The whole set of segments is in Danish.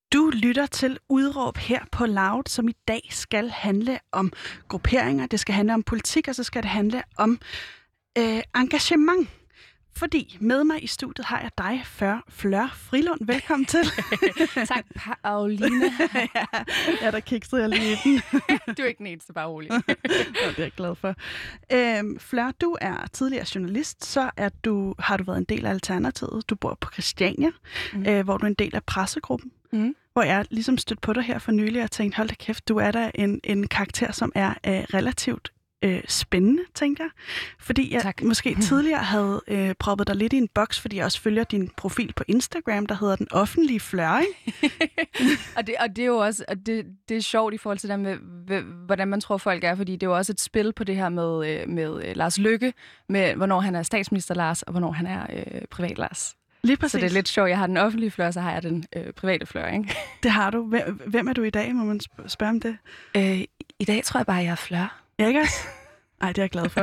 Du lytter til Udråb her på Loud, som i dag skal handle om grupperinger, det skal handle om politik, og så skal det handle om engagement. Fordi med mig i studiet har jeg dig, Fleur Frilund. Velkommen til. Tak, Pauline. Ja, der kiksede jeg lige i den. Du er ikke den eneste, bare rolig. Det er jeg glad for. Fleur, du er tidligere journalist, så har du været en del af Alternativet. Du bor på Christiania, hvor du er en del af pressegruppen. Hvor jeg ligesom stødte på dig her for nylig og tænkte, hold da kæft, du er da en karakter, som er relativt spændende, tænker jeg. Fordi jeg måske tidligere havde proppet dig lidt i en boks, fordi jeg også følger din profil på Instagram, der hedder Den Offentlige Fleur. og det er jo også, og det er sjovt i forhold til det med, hvordan man tror, folk er, fordi det er jo også et spil på det her med Lars Løkke, med hvornår han er statsminister Lars, og hvornår han er privat Lars. Lige præcis. Så det er lidt sjovt. Jeg har den offentlige Fleur, så har jeg den private Fleur, ikke? Det har du. Hvem er du i dag, må man spørge om det? I dag tror jeg bare, jeg er Fleur. Ja, ikke også? Ej, det er jeg glad for.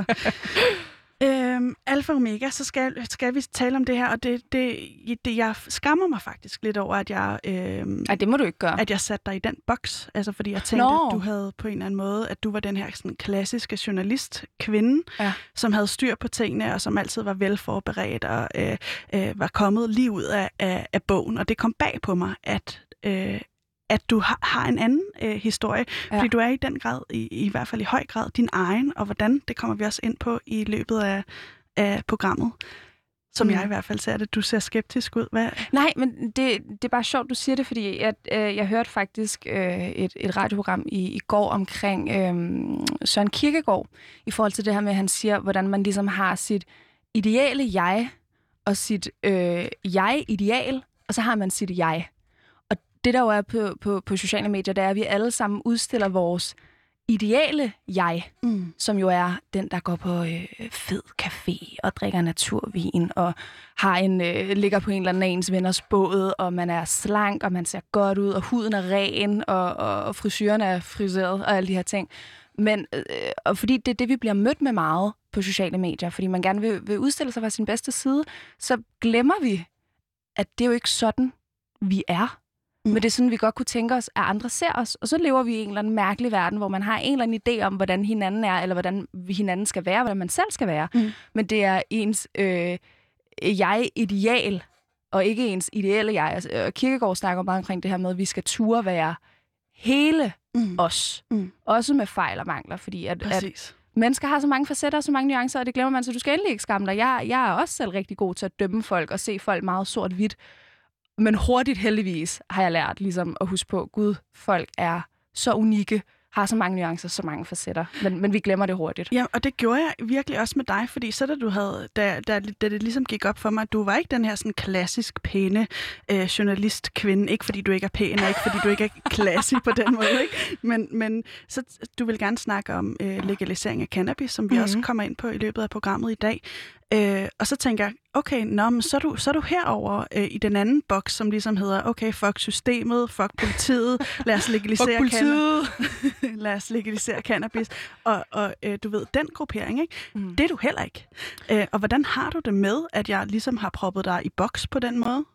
Alfa Omega, så skal vi tale om det her, og jeg skammer mig faktisk lidt over, at jeg... det må du ikke gøre. At jeg satte dig i den boks, altså fordi jeg tænkte, at du havde på en eller anden måde, at du var den her sådan, klassiske journalist-kvinde, som havde styr på tingene, og som altid var velforberedt, og var kommet lige ud af bogen, og det kom bag på mig, at du har en anden historie, fordi du er i den grad, i hvert fald i høj grad, din egen, og hvordan, det kommer vi også ind på i løbet af programmet, som jeg i hvert fald ser det. Du ser skeptisk ud. Hvad? Nej, men det er bare sjovt, du siger det, fordi jeg hørte faktisk et radioprogram i går omkring Søren Kierkegaard, i forhold til det her med, at han siger, hvordan man ligesom har sit ideale jeg, og sit jeg-ideal, og så har man sit jeg. Det, der jo er på sociale medier, det er, at vi alle sammen udstiller vores ideale jeg, som jo er den, der går på fed café og drikker naturvin og ligger på en eller anden af ens venners båd, og man er slank, og man ser godt ud, og huden er ren, og frisyren er friseret, og alle de her ting. Men og fordi det er det, vi bliver mødt med meget på sociale medier, fordi man gerne vil udstille sig fra sin bedste side, så glemmer vi, at det er jo ikke sådan, vi er. Men det er sådan, vi godt kunne tænke os, at andre ser os. Og så lever vi i en eller anden mærkelig verden, hvor man har en eller anden idé om, hvordan hinanden er, eller hvordan hinanden skal være, hvordan man selv skal være. Men det er ens jeg-ideal, og ikke ens ideelle jeg. Altså, Kierkegaard snakker meget omkring det her med, at vi skal turde være hele os. Også med fejl og mangler, fordi at mennesker har så mange facetter og så mange nuancer, og det glemmer man, så du skal endelig ikke skamme dig. Jeg er også selv rigtig god til at dømme folk og se folk meget sort-hvidt. Men hurtigt heldigvis har jeg lært ligesom at huske på, Gud, folk er så unikke, har så mange nuancer, så mange facetter, men vi glemmer det hurtigt. Ja, og det gjorde jeg virkelig også med dig, fordi så da det ligesom gik op for mig, at du var ikke den her sådan klassisk pæne journalistkvinde, ikke fordi du ikke er pæn, og ikke fordi du ikke er klassisk på den måde, ikke? Men så du vil gerne snakke om legalisering af cannabis, som vi også kommer ind på i løbet af programmet i dag. Og så tænker jeg, okay, men så er du herover i den anden boks, som ligesom hedder, okay, fuck systemet, fuck politiet, lad os legalisere lad os legalisere cannabis. Og du ved, den gruppering, ikke? Det er du heller ikke. Og hvordan har du det med, at jeg ligesom har proppet dig i boks på den måde?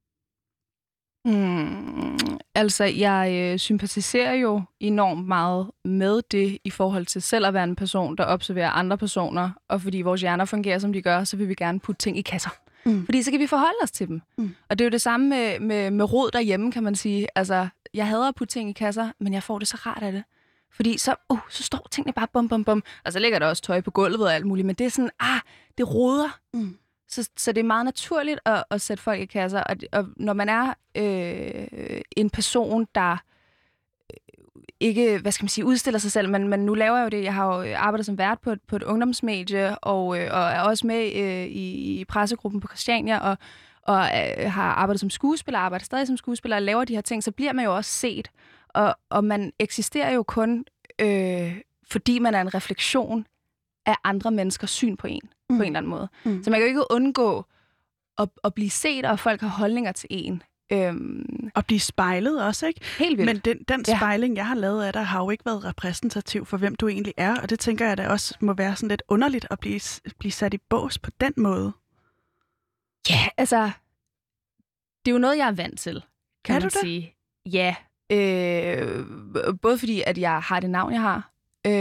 Altså, jeg sympatiserer jo enormt meget med det i forhold til selv at være en person, der observerer andre personer, og fordi vores hjerner fungerer, som de gør, så vil vi gerne putte ting i kasser. Fordi så kan vi forholde os til dem. Og det er jo det samme med rod derhjemme, kan man sige. Altså, jeg hader at putte ting i kasser, men jeg får det så rart af det. Fordi så står tingene bare bum. Og så ligger der også tøj på gulvet og alt muligt, men det er sådan, det roder. Så det er meget naturligt at sætte folk i kasser, og når man er en person, der ikke, hvad skal man sige, udstiller sig selv, men nu laver jeg jo det, jeg har jo arbejdet som vært på et ungdomsmedie, og er også med i pressegruppen på Christiania, og har arbejdet som skuespiller, arbejder stadig som skuespiller, og laver de her ting, så bliver man jo også set, og man eksisterer jo kun, fordi man er en refleksion af andre menneskers syn på en, på en eller anden måde. Så man kan jo ikke undgå at blive set, og folk har holdninger til en. Og blive spejlet også, ikke? Helt vildt. Men den spejling, jeg har lavet af dig, har jo ikke været repræsentativ for, hvem du egentlig er, og det tænker jeg, da også må være sådan lidt underligt at blive sat i bås på den måde. Ja, altså, det er jo noget, jeg er vant til, kan man sige. Ja, både fordi, at jeg har det navn, jeg har,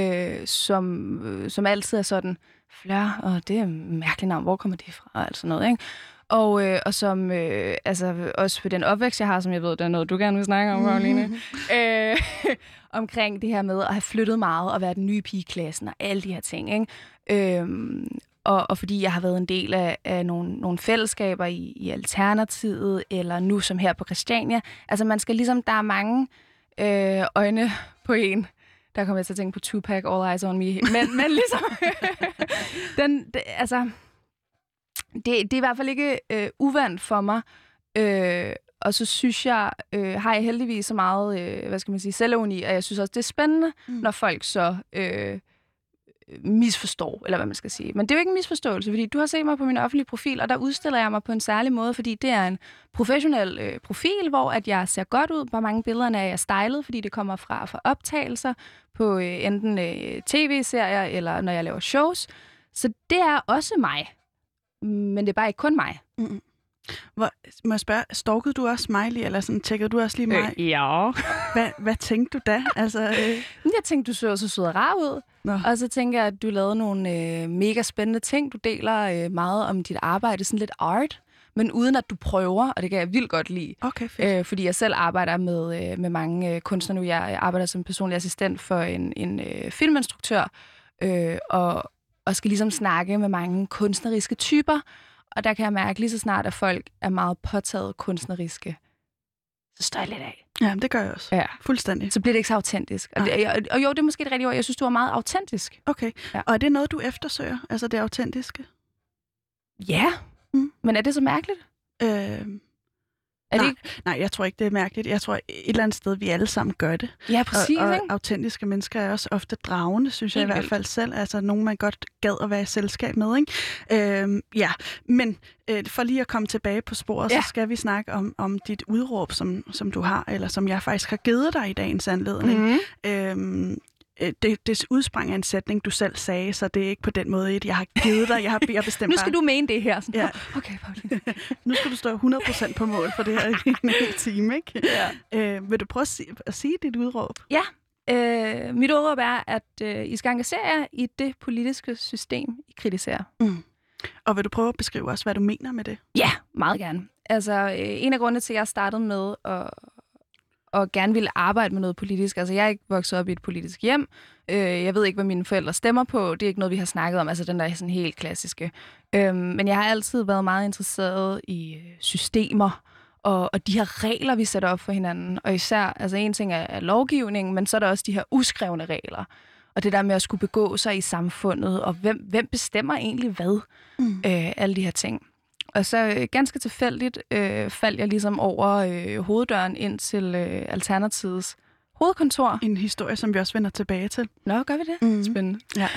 som altid er sådan, Fleur, og det er et mærkeligt navn, hvor kommer det fra, og alt sådan noget, ikke? Og som, altså også for den opvækst, jeg har, som jeg ved, der er noget, du gerne vil snakke om, Karoline, omkring det her med at have flyttet meget, og være den nye pige i klassen, og alle de her ting, ikke? Og fordi jeg har været en del af nogle fællesskaber i Alternativet, eller nu som her på Christiania. Altså man skal ligesom, der er mange øjne på en. Der kommer jeg til at tænke på Tupac, All Eyes on Me. Men ligesom, det er i hvert fald ikke uvandt for mig. Og så synes jeg, har jeg heldigvis så meget, selvevni, og jeg synes også, det er spændende, når folk så misforstår, eller hvad man skal sige. Men det er jo ikke en misforståelse, fordi du har set mig på min offentlige profil, og der udstiller jeg mig på en særlig måde, fordi det er en professionel profil, hvor at jeg ser godt ud. På mange billederne er jeg stylet, fordi det kommer fra optagelser på enten tv-serier, eller når jeg laver shows. Så det er også mig. Men det er bare ikke kun mig. Mm. Må jeg spørge, stalkede du også Miley, eller sådan, tjekkede du også lige mig? Ja. Hvad tænkte du da? Altså, Jeg tænkte, du så sød og rar ud. Nå. Og så tænker jeg, at du lavede nogle mega spændende ting. Du deler meget om dit arbejde, sådan lidt art, men uden at du prøver, og det kan jeg vildt godt lide. Okay, fedt. Fordi jeg selv arbejder med mange kunstnere nu. Jeg arbejder som personlig assistent for en filminstruktør, og skal ligesom snakke med mange kunstneriske typer. Og der kan jeg mærke lige så snart, at folk er meget påtaget kunstneriske, så står jeg lidt af. Ja, det gør jeg også. Ja. Fuldstændig. Så bliver det ikke så autentisk. Og jo, det er måske det rigtige ord. Jeg synes, du er meget autentisk. Okay. Ja. Og er det noget, du eftersøger? Altså det autentiske? Ja. Men er det så mærkeligt? Nej, jeg tror ikke, det er mærkeligt. Jeg tror et eller andet sted, vi alle sammen gør det. Ja, præcis. Og autentiske mennesker er også ofte dragende, synes jeg i hvert fald selv. Altså nogen, man godt gad at være i selskab med, ikke? Ja, men for lige at komme tilbage på sporet, så skal vi snakke om dit udråb, som du har, eller som jeg faktisk har givet dig i dagens anledning. Det udsprang af en sætning, du selv sagde, så det er ikke på den måde, jeg har givet dig. Jeg har bestemt nu skal du mene det her. Ja. Okay, Pauline. Nu skal du stå 100% på mål for det her i en hel time, ikke? Ja. Vil du prøve at sige dit udråb? Ja. Mit udråb er, at I skal engagere jer i det politiske system, I kritiserer. Og vil du prøve at beskrive også, hvad du mener med det? Ja, meget gerne. Altså, en af grundene til, at jeg startede med og gerne ville arbejde med noget politisk. Altså, jeg er ikke vokset op i et politisk hjem. Jeg ved ikke, hvad mine forældre stemmer på. Det er ikke noget, vi har snakket om. Altså, den der er sådan helt klassiske. Men jeg har altid været meget interesseret i systemer og de her regler, vi sætter op for hinanden. Og især, altså en ting er lovgivning, men så er der også de her uskrevne regler. Og det der med at skulle begå sig i samfundet, og hvem bestemmer egentlig hvad? Alle de her ting. Og så ganske tilfældigt faldt jeg ligesom over hoveddøren ind til Alternativets hovedkontor. En historie, som vi også vender tilbage til. Nå, gør vi det? Spændende. Ja.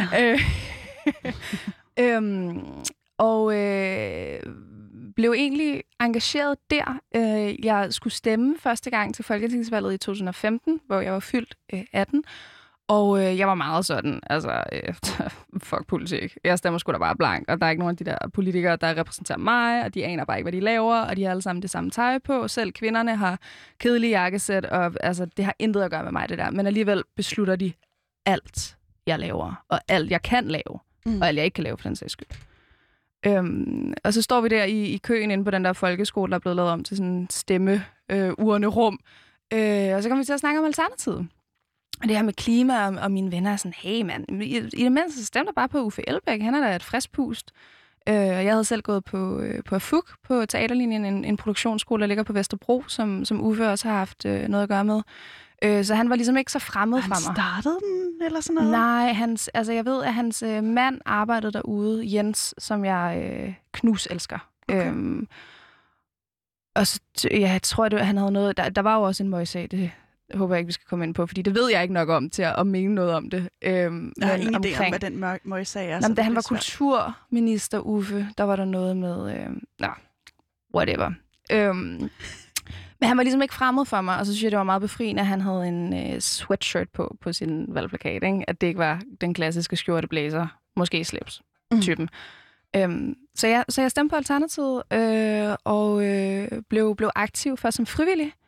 Blev egentlig engageret der. Jeg skulle stemme første gang til Folketingsvalget i 2015, hvor jeg var fyldt 18. Og jeg var meget sådan, altså, fuck politik. Jeg stemmer sgu da bare blank, og der er ikke nogen af de der politikere, der repræsenterer mig, og de aner bare ikke, hvad de laver, og de har alle sammen det samme tøj på. Selv kvinderne har kedelige jakkesæt, og altså, det har intet at gøre med mig, det der. Men alligevel beslutter de alt, jeg laver, og alt, jeg kan lave, og alt, jeg ikke kan lave, for den sags skyld. Og så står vi der i køen inde på den der folkeskole, der er blevet lavet om til sådan stemmeurnerum. Og så kommer vi til at snakke om Alternativet. Og det her med klima, og mine venner er sådan, hey mand, i det mindste stem der bare på Uffe Elbæk, han er da et frisk pust. Jeg havde selv gået på AFUG, på teaterlinjen, en produktionsskole, der ligger på Vesterbro, som Uffe også har haft noget at gøre med. Så han var ligesom ikke så fremmed fra mig. Han startede den, eller sådan noget? Nej, jeg ved, at hans mand arbejdede derude, Jens, som jeg elsker. Okay. Og så, jeg tror, han havde noget, der var jo også en møjsag, det håber jeg ikke, vi skal komme ind på, fordi det ved jeg ikke nok om til at mene noget om det. Jeg har ingen idé om, hvad den møjsag er. Da han var kulturminister, Uffe, der var der noget med... whatever. Men han var ligesom ikke fremmed for mig, og så synes jeg, det var meget befriende, at han havde en sweatshirt på sin valgplakat, ikke? At det ikke var den klassiske skjorteblæser, måske slips-typen. Så jeg stemte på Alternativet, og blev aktiv først som frivillig,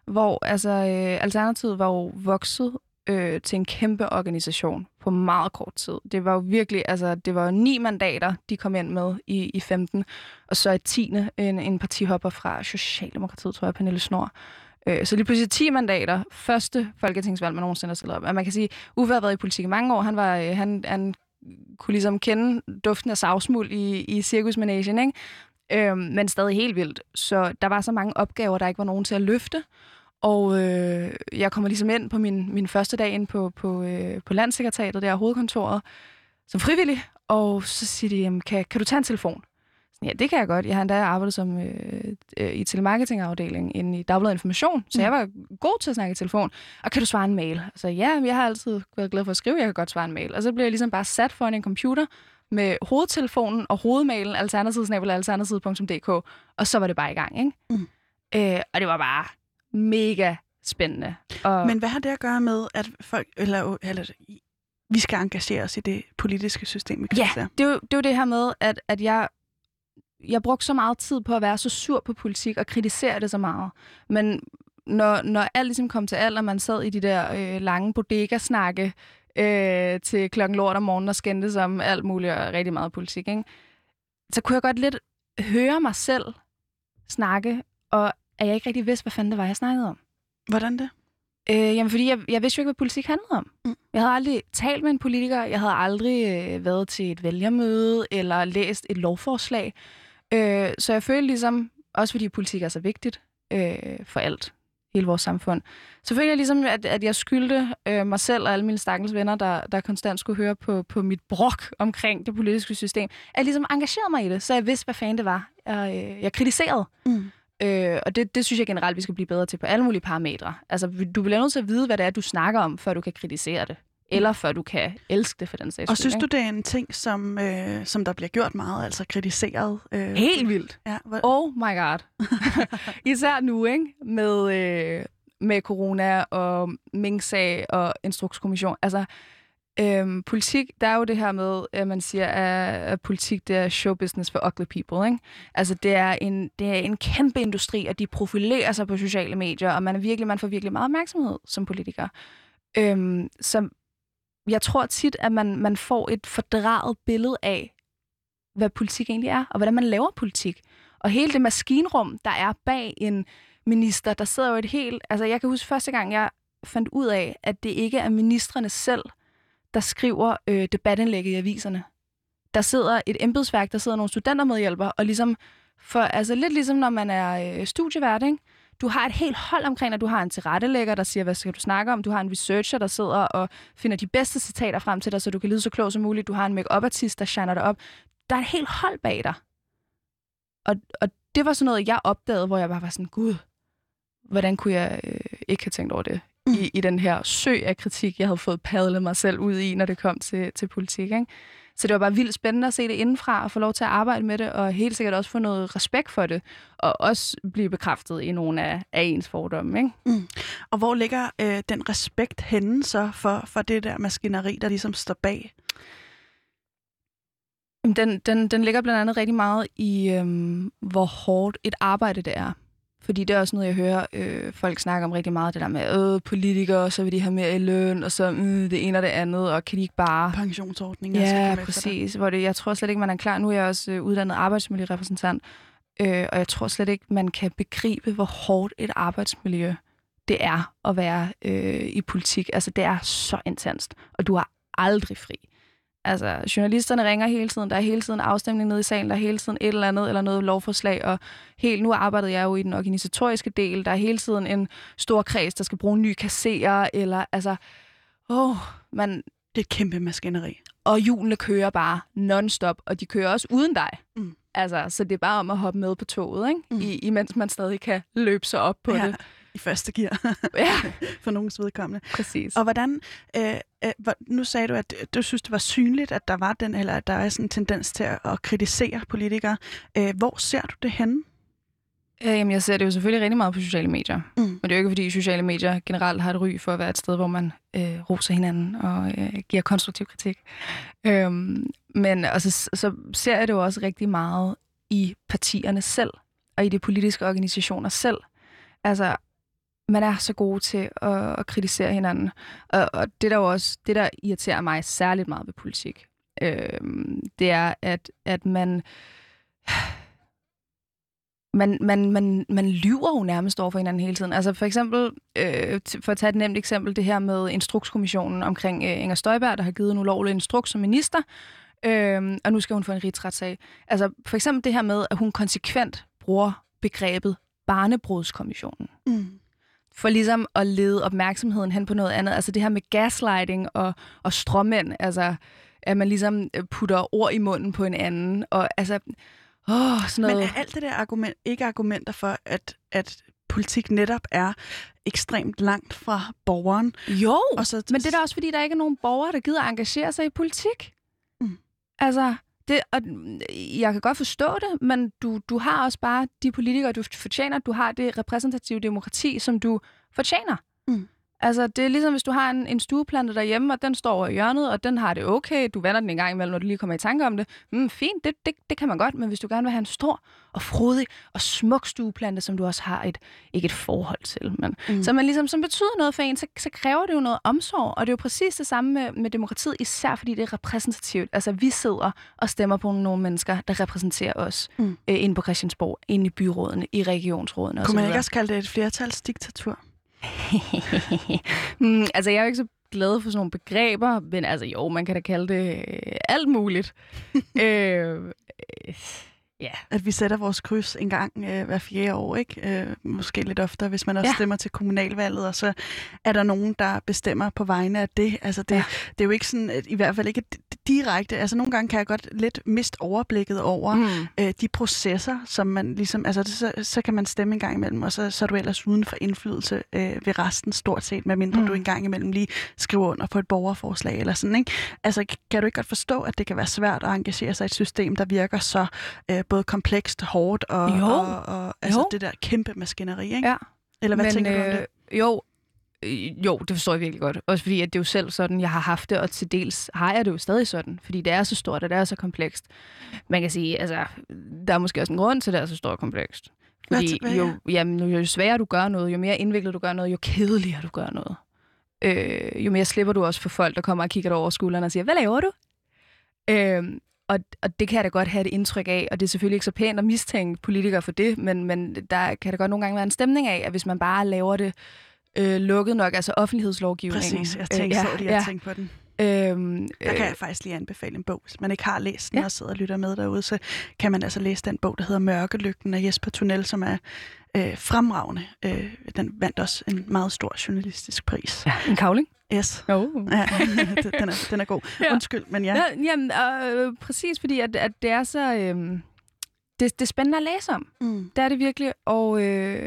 hvor Alternativet var jo vokset til en kæmpe organisation på meget kort tid. Det var jo virkelig, det var 9 mandater, de kom ind med i 15, og så et 10. en partihopper fra Socialdemokratiet, tror jeg, Pernille Schnoor. Så lige pludselig 10 mandater, første folketingsvalg, man nogensinde har stillet op. Man kan sige, Uffe har været i politik i mange år. Han kunne ligesom kende duften af savsmuld i cirkusmanagen, ikke? Men stadig helt vildt. Så der var så mange opgaver, der ikke var nogen til at løfte. Og jeg kommer ligesom ind på min første dag ind på Landssekretariatet, der hovedkontoret, som frivillig. Og så siger de, jamen, kan du tage en telefon? Ja, det kan jeg godt. Jeg har endda arbejdet som i telemarketingafdelingen inde i Dagbladet Information, så jeg var god til at snakke i telefon. Og kan du svare en mail? Så ja, jeg har altid været glad for at skrive, jeg kan godt svare en mail. Og så blev jeg ligesom bare sat foran en computer med hovedtelefonen og hovedmailen alternativet.dk, og så var det bare i gang, ikke? Og det var bare mega spændende. Men hvad har det at gøre med, at folk, eller vi skal engagere os i det politiske system? Ja, det er jo det her med, at jeg brugte så meget tid på at være så sur på politik og kritisere det så meget. Men når alt ligesom kom til alt, og man sad i de der lange bodega-snakke til klokken lort om morgenen og skændtes om alt muligt og rigtig meget politik, ikke? Så kunne jeg godt lidt høre mig selv snakke, og at jeg ikke rigtig vidste, hvad fanden det var, jeg snakkede om. Hvordan det? Jamen, fordi jeg vidste jo ikke, hvad politik handlede om. Jeg havde aldrig talt med en politiker, jeg havde aldrig været til et vælgermøde eller læst et lovforslag. Så jeg følte ligesom, også fordi politik er så vigtigt for alt, hele vores samfund, så følte jeg ligesom, at jeg skyldte mig selv og alle mine stakkels venner, der konstant skulle høre på mit brok omkring det politiske system, at jeg ligesom engagerede mig i det, så jeg vidste, hvad fanden det var. Jeg kritiserede. Og det synes jeg generelt, vi skal blive bedre til på alle mulige parametre. Altså, du bliver nødt til at vide, hvad det er, du snakker om, før du kan kritisere det. Eller før du kan elske det for den sags skyld. Og synes du, det er en ting, som der bliver gjort meget, altså kritiseret? Helt vildt. Ja, oh my god. Især nu, ikke? Med corona og Mink-sag og Instrukskommission. Altså, politik, der er jo det her med, at man siger, at politik, det er show business for ugly people, ikke? Altså, det er en kæmpe industri, og de profilerer sig på sociale medier, og man får virkelig meget opmærksomhed som politiker. Så jeg tror tit, at man får et fordrejet billede af, hvad politik egentlig er, og hvordan man laver politik. Og hele det maskinrum, der er bag en minister, der sidder jo et helt... Altså, jeg kan huske første gang, jeg fandt ud af, at det ikke er ministrene selv, der skriver debatindlægget i aviserne. Der sidder et embedsværk, der sidder nogle studentermedhjælpere, og ligesom lidt ligesom når man er studievært, ikke? Du har et helt hold omkring, at du har en tilrettelægger, der siger, hvad skal du snakke om? Du har en researcher, der sidder og finder de bedste citater frem til dig, så du kan lyde så klog som muligt. Du har en make-up-artist, der shiner dig op. Der er et helt hold bag dig. Og det var sådan noget, jeg opdagede, hvor jeg bare var sådan, gud, hvordan kunne jeg ikke have tænkt over det? I den her sø af kritik, jeg havde fået padlet mig selv ud i, når det kom til politik, ikke? Så det var bare vildt spændende at se det indenfra, og få lov til at arbejde med det, og helt sikkert også få noget respekt for det, og også blive bekræftet i nogle af ens fordomme, ikke? Og hvor ligger den respekt henne så for det der maskineri, der ligesom står bag? Den ligger blandt andet rigtig meget i, hvor hårdt et arbejde det er. Fordi det er også noget, jeg hører folk snakke om rigtig meget, det der med politikere, så vil de have mere i løn, og så det ene og det andet, og kan de ikke bare... Pensionsordninger. Ja, præcis. Hvor jeg tror slet ikke, man er klar. Nu er jeg også uddannet arbejdsmiljørepræsentant, og jeg tror slet ikke, man kan begribe, hvor hårdt et arbejdsmiljø det er at være i politik. Altså, det er så intenst, og du har aldrig fri. Altså, journalisterne ringer hele tiden, der er hele tiden afstemning nede i salen, der er hele tiden et eller andet, eller noget lovforslag, og nu arbejdede jeg jo i den organisatoriske del, der er hele tiden en stor kreds, der skal bruge en ny kasserer, eller altså, det er et kæmpe maskineri. Og hjulene kører bare non-stop, og de kører også uden dig. Altså, så det er bare om at hoppe med på toget, ikke? Imens man stadig kan løbe sig op på det. I første gear. Ja. For nogens vedkommende. Præcis. Og hvordan, nu sagde du, at du synes, det var synligt, at der var eller at der er sådan en tendens til at kritisere politikere. Hvor ser du det henne? Jamen, jeg ser det jo selvfølgelig rigtig meget på sociale medier. Men det er jo ikke, fordi sociale medier generelt har et ry for at være et sted, hvor man roser hinanden og giver konstruktiv kritik. Men så ser jeg det jo også rigtig meget i partierne selv, og i de politiske organisationer selv. Altså, man er så god til at kritisere hinanden. Og det der jo også, det der irriterer mig særligt meget ved politik, det er, at man lyver jo nærmest over for hinanden hele tiden. Altså for eksempel, for at tage et nemt eksempel, det her med Instrukskommissionen omkring Inger Støjberg, der har givet en ulovlig instruks som minister, og nu skal hun få en rigsretssag. Altså for eksempel det her med, at hun konsekvent bruger begrebet barnebrudskommissionen. For ligesom at lede opmærksomheden hen på noget andet. Altså det her med gaslighting og stråmænd, altså at man ligesom putter ord i munden på en anden, og altså sådan noget. Men er alt det der ikke argumenter for, at politik netop er ekstremt langt fra borgeren? Jo, men det er da også, fordi der ikke er nogen borgere, der gider at engagere sig i politik. Altså, jeg kan godt forstå det, men du har også bare de politikere, du fortjener. Du har det repræsentative demokrati, som du fortjener. Altså, det er ligesom, hvis du har en stueplante derhjemme, og den står over i hjørnet, og den har det okay. Du vander den en gang imellem, når du lige kommer i tanke om det. Fint, det kan man godt, men hvis du gerne vil have en stor og frodig og smuk stueplante, som du også har ikke et forhold til, men som betyder noget for en, så kræver det jo noget omsorg. Og det er jo præcis det samme med demokratiet, især fordi det er repræsentativt. Altså, vi sidder og stemmer på nogle mennesker, der repræsenterer os inde på Christiansborg, inde i byrådene, i regionsrådene osv. Kunne man ikke også kalde det et flertalsdiktatur? Altså, jeg er jo ikke så glad for sådan nogle begreber, men altså jo, man kan da kalde det alt muligt. Ja. At vi sætter vores kryds en gang hver 4 år, ikke? Måske lidt oftere, hvis man også stemmer til kommunalvalget, og så er der nogen, der bestemmer på vegne af det. Altså det er jo ikke sådan, i hvert fald ikke direkte. Altså nogle gange kan jeg godt lidt miste overblikket over de processer, som man ligesom, altså så kan man stemme en gang imellem, og så er du ellers uden for indflydelse ved resten stort set, medmindre du en gang imellem lige skriver under på et borgerforslag eller sådan, ikke? Altså kan du ikke godt forstå, at det kan være svært at engagere sig i et system, der virker så både komplekst, hårdt og altså det der kæmpe maskineri, ikke? Ja. Eller hvad tænker du om det? Jo, det forstår jeg virkelig godt. Også fordi, at det er jo selv sådan, jeg har haft det, og til dels har jeg det jo stadig sådan, fordi det er så stort, og det er så komplekst. Man kan sige, altså, der er måske også en grund til, at det er så stort og komplekst. Fordi jo sværere du gør noget, jo mere indviklet du gør noget, jo kedeligere du gør noget. Jo mere slipper du også for folk, der kommer og kigger dig over skulderen og siger, hvad laver du? Og det kan jeg da godt have et indtryk af, og det er selvfølgelig ikke så pænt at mistænke politikere for det, men der kan da godt nogle gange være en stemning af, at hvis man bare laver det lukket nok, altså offentlighedslovgivningen. Præcis, jeg tænkte på den. Der kan jeg faktisk lige anbefale en bog. Hvis man ikke har læst den og sidder og lytter med derude, så kan man altså læse den bog, der hedder Mørkelygten af Jesper Tunnel, som er fremragende. Den vandt også en meget stor journalistisk pris. Ja, en kavling. Yes. Ja, den er god. Ja. Undskyld, men ja. Jamen, præcis fordi, at det er så... det er spændende at læse om. Det er det virkelig, og...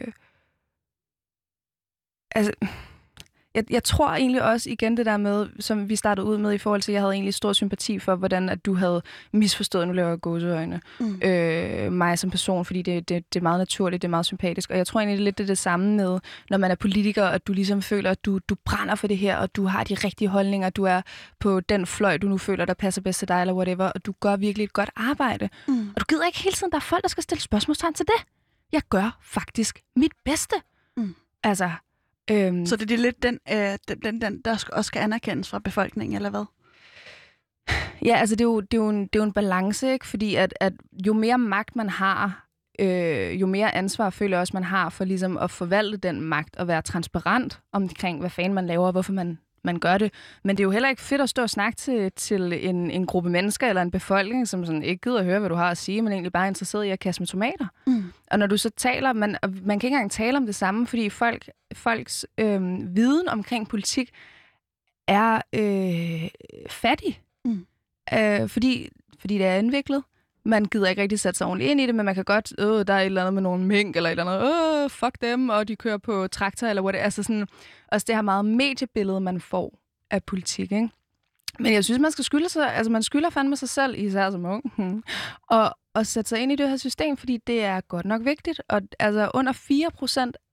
altså... Jeg tror egentlig også igen det der med, som vi startede ud med i forhold til, at jeg havde egentlig stor sympati for, hvordan at du havde misforstået, nu laver jeg gåseøjne, mig som person, fordi det er meget naturligt, det er meget sympatisk. Og jeg tror egentlig lidt, det er det samme med, når man er politiker, at du ligesom føler, at du brænder for det her, og du har de rigtige holdninger, du er på den fløj, du nu føler, der passer bedst til dig, eller whatever, og du gør virkelig et godt arbejde. Og du gider ikke hele tiden, der er folk, der skal stille spørgsmålstegn til det. Jeg gør faktisk mit bedste. Altså... Så det er lidt den, der også skal anerkendes fra befolkningen, eller hvad? Ja, altså det er jo en balance, ikke? Fordi at jo mere magt man har, jo mere ansvar føler jeg også, man har for ligesom at forvalte den magt og være transparent omkring, hvad fanden man laver og hvorfor man gør det. Men det er jo heller ikke fedt at stå og snakke til en gruppe mennesker eller en befolkning, som sådan ikke gider at høre, hvad du har at sige, men egentlig bare er interesseret i at kaste med tomater. Og når du så taler, man kan ikke engang tale om det samme, fordi folks viden omkring politik er fattig. Fordi det er indviklet. Man gider ikke rigtig sætte sig ordentligt ind i det, men man kan godt, der er et eller andet med nogle mink, eller et eller andet, fuck dem, og de kører på traktor, eller what. Altså sådan, også det her meget mediebillede, man får af politik, ikke? Men jeg synes, man skal skylde sig, altså man skylder fandme sig selv, især som ung, og sætte sig ind i det her system, fordi det er godt nok vigtigt, og altså under 4%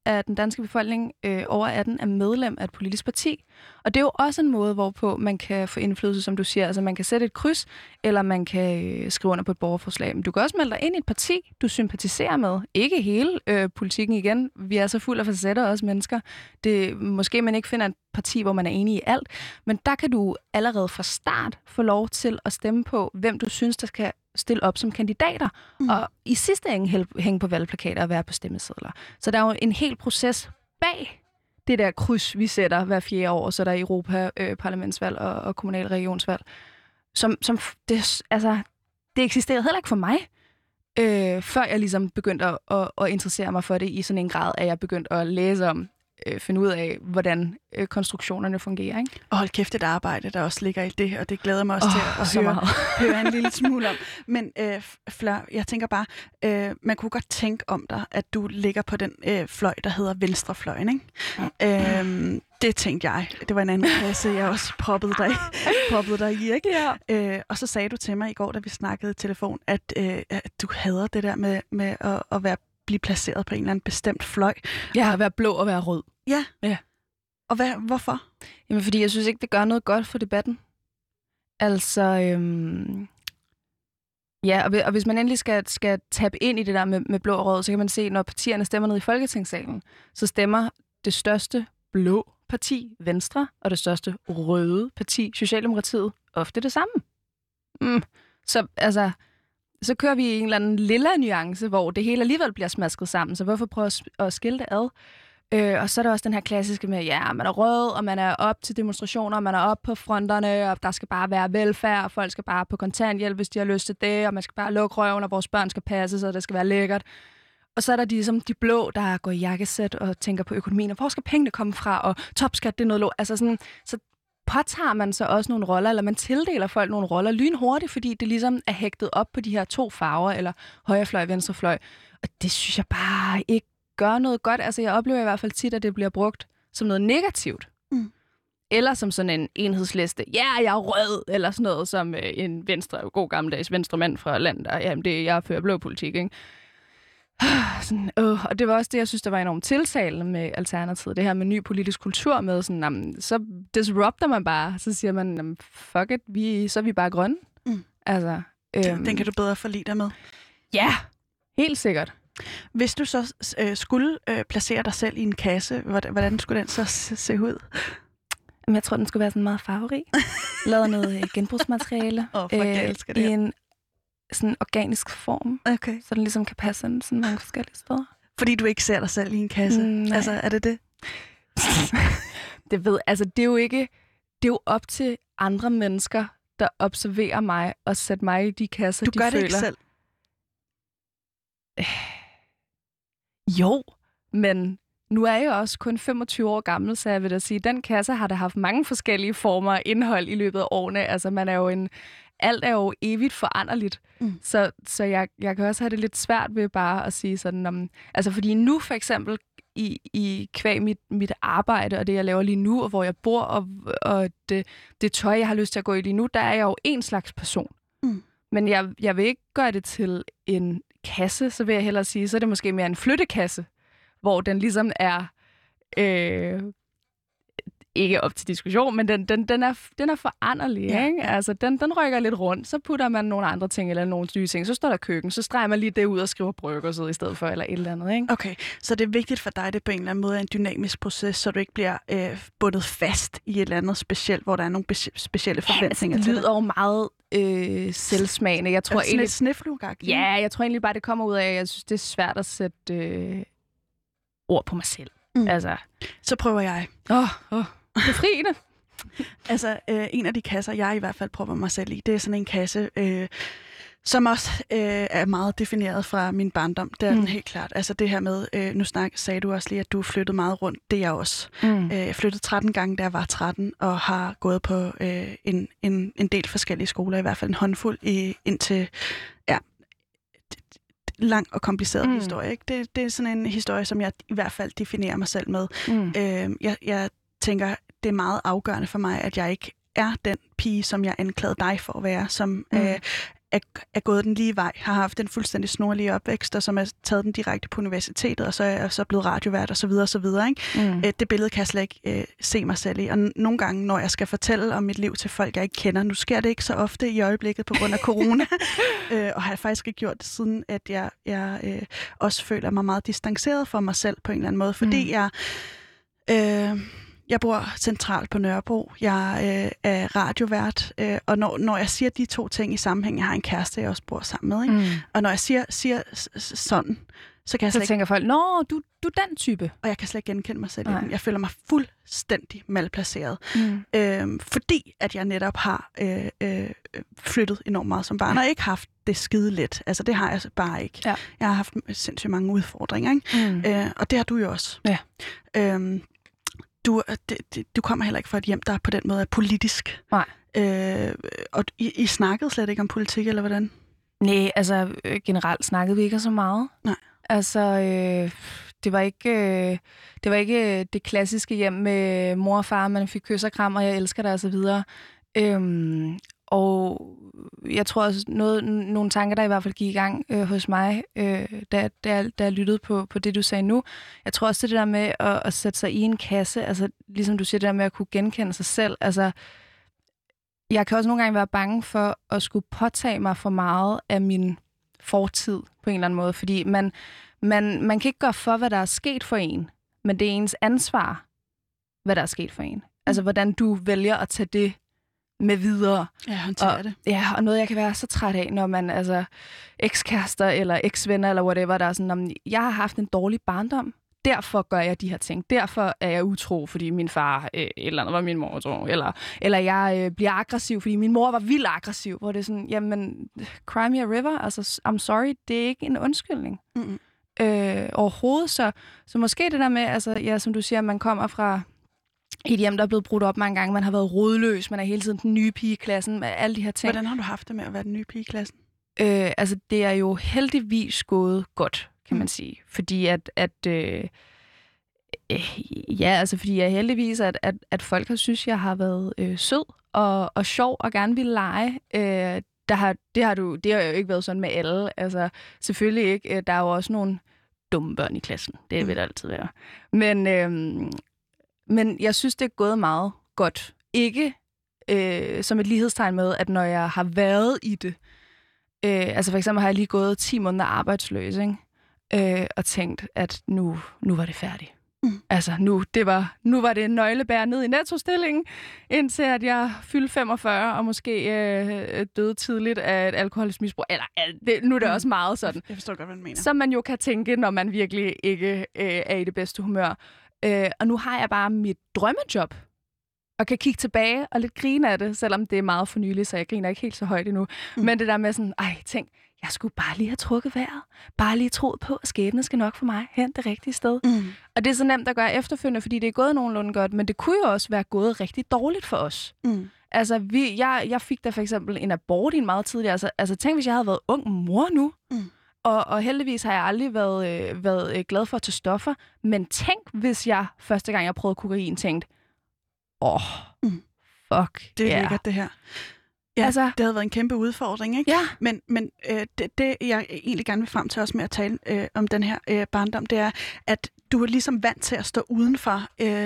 af den danske befolkning over 18 er medlem af et politisk parti. Og det er jo også en måde, hvorpå man kan få indflydelse, som du siger. Altså man kan sætte et kryds, eller man kan skrive under på et borgerforslag. Men du kan også melde dig ind i et parti, du sympatiserer med. Ikke hele politikken igen. Vi er så fuld af facetter, også mennesker. Måske man ikke finder et parti, hvor man er enig i alt. Men der kan du allerede fra start få lov til at stemme på, hvem du synes, der skal stille op som kandidater. Og i sidste ende hænge på valgplakater og være på stemmesedler. Så der er jo en hel proces bag det der kryds, vi sætter hver 4 år, så der er Europa-parlamentsvalg og kommunalregionsvalg. Det eksisterede heller ikke for mig, før jeg ligesom begyndte at interessere mig for det i sådan en grad, at jeg begyndte at læse om, finde ud af, hvordan konstruktionerne fungerer. Ikke? Og hold kæft et arbejde, der også ligger i det, og det glæder mig også til at høre en lille smule om. Men Fleur, jeg tænker bare, man kunne godt tænke om dig, at du ligger på den fløj, der hedder venstrefløjen, ikke? Det tænkte jeg. Det var en anden klasse, jeg også proppede dig i, ikke? Ja. Og så sagde du til mig i går, da vi snakkede i telefon, at du hader det der med at blive placeret på en eller anden bestemt fløj. Ja, at være blå og være rød. Ja. Og hvorfor? Jamen, fordi jeg synes ikke, det gør noget godt for debatten. Altså, og hvis man endelig skal tabe ind i det der med blå og rød, så kan man se, når partierne stemmer ned i Folketingssalen, så stemmer det største blå parti, Venstre, og det største røde parti, Socialdemokratiet, ofte det samme. Så kører vi i en eller anden lilla nuance, hvor det hele alligevel bliver smasket sammen. Så hvorfor prøve at skille det ad? Og så er der også den her klassiske med, man er rød, og man er op til demonstrationer, og man er op på fronterne, og der skal bare være velfærd, og folk skal bare på kontanthjælp, hvis de har lyst til det, og man skal bare lukke røven, og vores børn skal passes, og det skal være lækkert. Og så er der de blå, der går i jakkesæt og tænker på økonomien, og hvor skal pengene komme fra, og topskat, det er noget altså sådan, så påtager man så også nogle roller, eller man tildeler folk nogle roller lynhurtigt, fordi det ligesom er hægtet op på de her 2 farver, eller højrefløj og venstrefløj. Og det synes jeg bare ikke gør noget godt. Altså jeg oplever i hvert fald tit, at det bliver brugt som noget negativt. Eller som sådan en enhedsliste. Jeg er rød, eller sådan noget som en god gammeldags venstremand fra landet. Jamen jeg fører blå politik, ikke? Og det var også det, jeg synes, der var enormt tiltalende med Alternativet. Det her med ny politisk kultur med sådan, så disrupter man bare. Så siger man, fuck it, så er vi bare grønne. Altså, den kan du bedre forlige dig med. Ja, helt sikkert. Hvis du så skulle placere dig selv i en kasse, hvordan skulle den så se ud? Jeg tror, den skulle være sådan meget farverig. Lavet noget genbrugsmateriale. Jeg elsker det. I en sådan organisk form, okay. Så den ligesom kan passe ind sådan mange forskellige steder. Fordi du ikke ser dig selv i en kasse? Altså, er det det? Det er jo op til andre mennesker, der observerer mig og sætter mig i de kasser, de føler. Du gør det ikke selv? Jo, men nu er jeg også kun 25 år gammel, så jeg vil da sige, at den kasse har da haft mange forskellige former og indhold i løbet af årene. Altså, alt er jo evigt foranderligt. Så jeg kan også have det lidt svært ved bare at sige sådan, fordi nu for eksempel i kvæg mit arbejde og det, jeg laver lige nu, og hvor jeg bor, og det tøj, jeg har lyst til at gå i lige nu, der er jeg jo en slags person. Men jeg vil ikke gøre det til en kasse, så vil jeg hellere sige, så er det måske mere en flyttekasse, hvor den ligesom er ikke op til diskussion, men den er foranderlig, ikke? Altså, den rykker lidt rundt, så putter man nogle andre ting eller nogle nye ting, så står der køkken, så streger man lige det ud og skriver brygger i stedet for, eller et eller andet, ikke? Okay, så det er vigtigt for dig, det på en eller anden måde er en dynamisk proces, så du ikke bliver bundet fast i et eller andet specielt, hvor der er nogle specielle forventninger til det. Det lyder jo meget selvsmagende. Jeg tror egentlig, sniflugagt? Ja, jeg tror egentlig bare, det kommer ud af, at jeg synes, det er svært at sætte ord på mig selv. Altså. Så prøver jeg. Befriende. Altså, en af de kasser, jeg i hvert fald prøver mig selv i, det er sådan en kasse, som også er meget defineret fra min barndom. Det er den helt klart. Altså det her med, nu sagde du også lige, at du flyttede meget rundt. Det er jeg også. Jeg flyttede 13 gange, da jeg var 13, og har gået på en del forskellige skoler, i hvert fald en håndfuld indtil lang og kompliceret historie. Ikke? Det er sådan en historie, som jeg i hvert fald definerer mig selv med. Jeg tænker, det er meget afgørende for mig, at jeg ikke er den pige, som jeg anklagede dig for at være, som er gået den lige vej, har haft en fuldstændig snorlige opvækst, og som er taget den direkte på universitetet, og så er jeg så blevet radiovært, og så videre, og så videre. Ikke? Det billede kan jeg slet ikke se mig selv i. Og nogle gange, når jeg skal fortælle om mit liv til folk, jeg ikke kender, nu sker det ikke så ofte i øjeblikket på grund af corona, og har jeg faktisk ikke gjort det siden, at jeg også føler mig meget distanceret fra mig selv på en eller anden måde, fordi jeg bor centralt på Nørrebro. Jeg er radiovært, og når jeg siger de to ting i sammenhæng, jeg har en kæreste, jeg også bor sammen med, ikke? Og når jeg siger sådan, så kan jeg slet ikke... tænker folk, nå, du er den type. Og jeg kan slet ikke genkende mig selv i den. Jeg føler mig fuldstændig malplaceret. Fordi at jeg netop har flyttet enormt meget som barn, og ikke haft det skide let. Altså, det har jeg bare ikke. Ja. Jeg har haft sindssygt mange udfordringer, ikke? Og det har du jo også. Ja. Du kommer heller ikke fra et hjem, der på den måde er politisk. Nej. Og I snakkede slet ikke om politik, eller hvordan? Nej, altså generelt snakkede vi ikke så meget. Nej. Altså, det var ikke det klassiske hjem med mor og far, man fik kys og kram, og jeg elsker dig, og så videre. Og jeg tror også, nogle tanker, der i hvert fald gik i gang hos mig, da jeg lyttede på det, du sagde nu. Jeg tror også, det der med at sætte sig i en kasse, altså ligesom du siger, det der med at kunne genkende sig selv. Altså, jeg kan også nogle gange være bange for at skulle påtage mig for meget af min fortid på en eller anden måde, fordi man kan ikke gøre for, hvad der er sket for en, men det er ens ansvar, hvad der er sket for en. Altså, hvordan du vælger at tage det med videre. Ja, håndtere det. Ja, og noget, jeg kan være så træt af, når man, altså, ekskærester eller eksvenner eller whatever, der er sådan, jeg har haft en dårlig barndom, derfor gør jeg de her ting. Derfor er jeg utro, fordi min far eller andet var min mor utro. Eller jeg bliver aggressiv, fordi min mor var vildt aggressiv. Hvor det er sådan, jamen, cry me a river, altså, I'm sorry, det er ikke en undskyldning. Overhovedet. Så måske det der med, altså, ja, som du siger, man kommer fra et hjem, der er blevet brudt op mange gange. Man har været rodløs, man er hele tiden den nye pige i klassen, med alle de her ting. Hvordan har du haft det med at være den nye pige i klassen? Altså, det er jo heldigvis gået godt, kan man sige. Fordi fordi jeg heldigvis, at folk har synes, jeg har været sød og sjov og gerne vil lege. Det har jo ikke været sådan med alle. Altså, selvfølgelig ikke. Der er jo også nogle dumme børn i klassen. Det vil der altid være. Men jeg synes, det er gået meget godt. Ikke som et lighedstegn med, at når jeg har været i det, altså for eksempel har jeg lige gået 10 måneder arbejdsløs, ikke? Og tænkt, at nu var det færdigt. Altså nu var det nøglebær ned i nettostillingen, indtil at jeg fyldte 45 og måske døde tidligt af et alkoholisk misbrug. Eller nu er det også meget sådan. Jeg forstår godt, hvad du mener. Som man jo kan tænke, når man virkelig ikke er i det bedste humør. Og nu har jeg bare mit drømmejob, og kan kigge tilbage og lidt grine af det, selvom det er meget for nylig, så jeg griner ikke helt så højt endnu. Men det der med sådan, tænk, jeg skulle bare lige have trukket vejret. Bare lige troet på, at skæbnen skal nok for mig hen det rigtige sted. Og det er så nemt at gøre efterfølgende, fordi det er gået nogenlunde godt, men det kunne jo også være gået rigtig dårligt for os. Altså, jeg fik da for eksempel en abort i en meget tidligere. Altså tænk, hvis jeg havde været ung mor nu. Og heldigvis har jeg aldrig været glad for at tage stoffer. Men tænk, hvis jeg første gang, jeg prøvede kokain, tænkte, fuck. Det er lækkert, det her. Ja, altså, det havde været en kæmpe udfordring, ikke? Ja. Men det, jeg egentlig gerne vil frem til også med at tale om den her barndom, det er, at du er ligesom vant til at stå uden for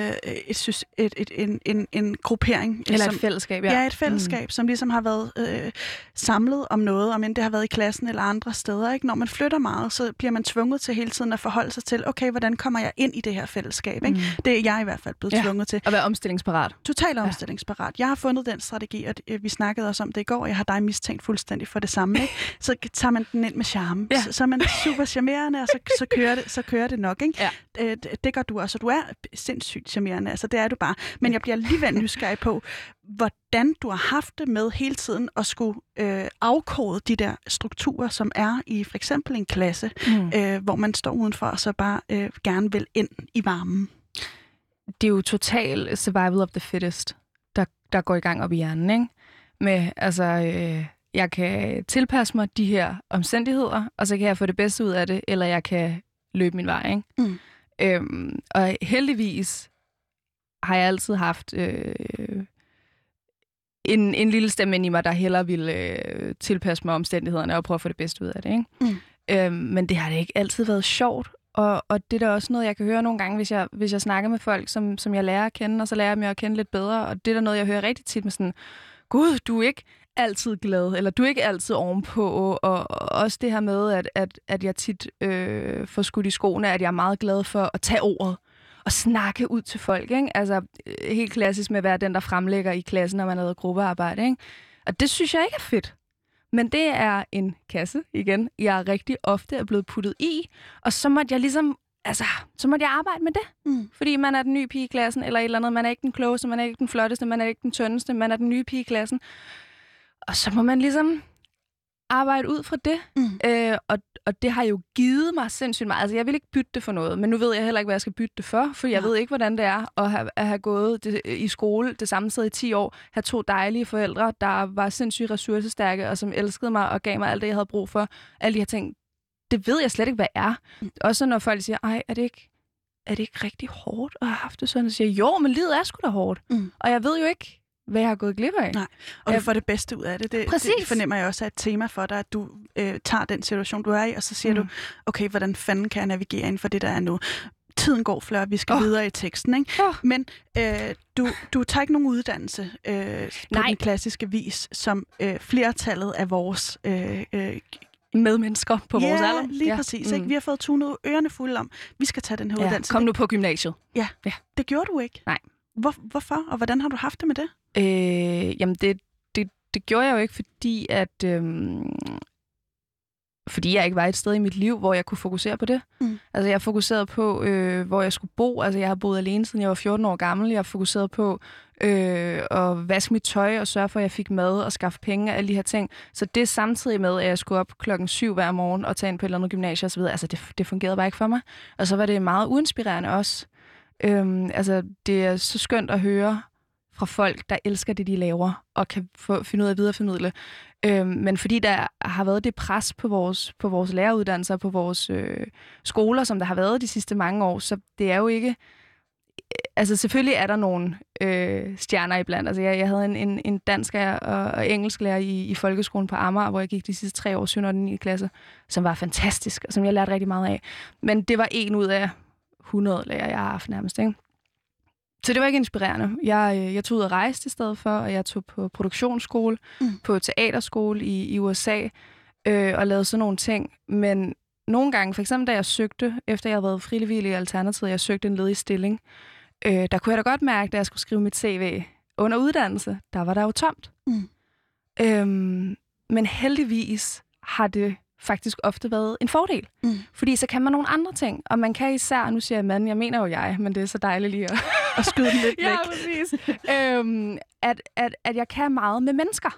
en gruppering. Eller et fællesskab, ja. Ja, et fællesskab, som ligesom har været samlet om noget, om end det har været i klassen eller andre steder. Ikke? Når man flytter meget, så bliver man tvunget til hele tiden at forholde sig til, okay, hvordan kommer jeg ind i det her fællesskab? Ikke? Det er jeg i hvert fald blevet tvunget til. At være omstillingsparat. Totalt omstillingsparat. Jeg har fundet den strategi, og vi snakkede også om det i går, og jeg har dig mistænkt fuldstændig for det samme. Ikke? Så tager man den ind med charme. Ja. Så er man super charmerende, og så kører det nok. Ikke? Ja. Det gør du også, og du er sindssygt charmerende, altså det er du bare. Men jeg bliver alligevel nysgerrig på, hvordan du har haft det med hele tiden at skulle afkode de der strukturer, som er i for eksempel en klasse, hvor man står udenfor og så bare gerne vil ind i varmen. Det er jo total survival of the fittest, der går i gang op i hjernen, ikke? Med, altså, jeg kan tilpasse mig de her omstændigheder, og så kan jeg få det bedste ud af det, eller jeg kan løbe min vej, ikke? Og heldigvis har jeg altid haft en lille stemme ind i mig, der hellere ville tilpasse mig omstændighederne og prøve at få det bedste ud af det. Ikke? Men det har da ikke altid været sjovt. Og det er da også noget, jeg kan høre nogle gange, hvis jeg snakker med folk, som jeg lærer at kende, og så lærer jeg dem at kende lidt bedre. Og det er da noget, jeg hører rigtig tit med sådan, gud, du er ikke altid glad, eller du er ikke altid ovenpå. Og også det her med, at jeg tit får skudt i skoene, at jeg er meget glad for at tage ordet og snakke ud til folk. Ikke? Altså helt klassisk med at være den, der fremlægger i klassen, når man lavede gruppearbejde. Ikke? Og det synes jeg ikke er fedt. Men det er en kasse, igen, jeg rigtig ofte er blevet puttet i, og så måtte jeg ligesom, så måtte jeg arbejde med det. Fordi man er den nye pige i klassen, eller et eller andet, man er ikke den klogeste, man er ikke den flotteste, man er ikke den tyndeste, man er den nye pige i klassen. Og så må man ligesom arbejde ud fra det. Og det har jo givet mig sindssygt meget. Altså, jeg vil ikke bytte det for noget, men nu ved jeg heller ikke, hvad jeg skal bytte det for, for jeg ved ikke, hvordan det er at have gået i skole det samme sted i 10 år, have 2 dejlige forældre, der var sindssygt ressourcestærke, og som elskede mig og gav mig alt det, jeg havde brug for. Alle de her ting, det ved jeg slet ikke, hvad er. Også når folk siger, ej, er det ikke rigtig hårdt at have haft det sådan? Så siger jeg, jo, men livet er sgu da hårdt. Og jeg ved jo ikke, hvad jeg har gået glip af. Nej, og du får det bedste ud af det. Det fornemmer jeg også er et tema for dig, at du tager den situation, du er i, og så siger du, okay, hvordan fanden kan jeg navigere inden for det, der er nu? Tiden går, Fleur, vi skal videre i teksten, ikke? Men du tager ikke nogen uddannelse på den klassiske vis, som flertallet af vores medmennesker på vores alder. Ja, lige præcis. Ikke? Vi har fået tunet ørerne fulde om, vi skal tage den her uddannelse. Kom nu på gymnasiet. Ja, det gjorde du ikke. Nej. Hvorfor, og hvordan har du haft det med det? Jamen, det gjorde jeg jo ikke, fordi fordi jeg ikke var et sted i mit liv, hvor jeg kunne fokusere på det. Altså, jeg fokuserede på, hvor jeg skulle bo. Altså, jeg har boet alene, siden jeg var 14 år gammel. Jeg fokuserede på at vaske mit tøj og sørge for, at jeg fik mad og skaffe penge og alle de her ting. Så det samtidig med, at jeg skulle op 7:00 hver morgen og tage ind på et eller andet gymnasie osv. Altså, det fungerede bare ikke for mig. Og så var det meget uinspirerende også. Altså, det er så skønt at høre fra folk, der elsker det, de laver, og kan finde ud af at videreformidle. Men fordi der har været det pres på vores læreruddannelser, på vores skoler, som der har været de sidste mange år, så det er jo ikke... Altså, selvfølgelig er der nogle stjerner iblandt. Altså, jeg havde en dansk og engelsklærer i folkeskolen på Amager, hvor jeg gik de sidste 3 år, 7. og 9. klasse, som var fantastisk, og som jeg lærte rigtig meget af. Men det var en ud af 100 lærere, jeg har haft nærmest, ikke? Så det var ikke inspirerende. Jeg tog ud og rejste i stedet for, og jeg tog på produktionsskole, på teaterskole i USA, og lavede sådan nogle ting. Men nogle gange, for eksempel da jeg søgte, efter jeg havde været frivillig i Alternativet, jeg søgte en ledig stilling, der kunne jeg da godt mærke, da jeg skulle skrive mit CV under uddannelse, der var der jo tomt. Men heldigvis har det faktisk ofte været en fordel. Fordi så kan man nogle andre ting, og man kan især, nu siger jeg mand, jeg mener jo jeg, men det er så dejligt lige at skyde den lidt væk. Ja, præcis. At jeg kan meget med mennesker.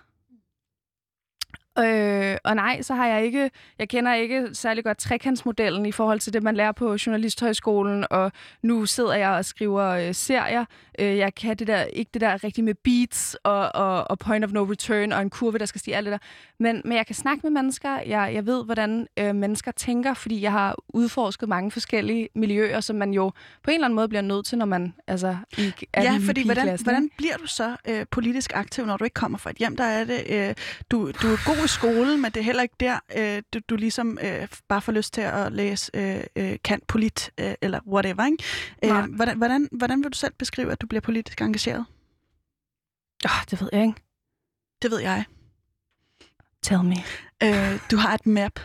Og nej, så har jeg kender ikke særlig godt trekantsmodellen i forhold til det, man lærer på Journalisthøjskolen, og nu sidder jeg og skriver serier. Jeg kan ikke det der rigtig med beats og point of no return og en kurve, der skal stige alt det der. Men jeg kan snakke med mennesker. Jeg ved, hvordan mennesker tænker, fordi jeg har udforsket mange forskellige miljøer, som man jo på en eller anden måde bliver nødt til, når man er fordi hvordan bliver du så politisk aktiv, når du ikke kommer fra et hjem? Der er det, du er god i skolen, men det er heller ikke der, du ligesom bare får lyst til at læse Kant Polit, eller whatever, ikke? Hvordan vil du selv beskrive, at du bliver politisk engageret? Det ved jeg ikke. Det ved jeg. Tell me. Du har et map.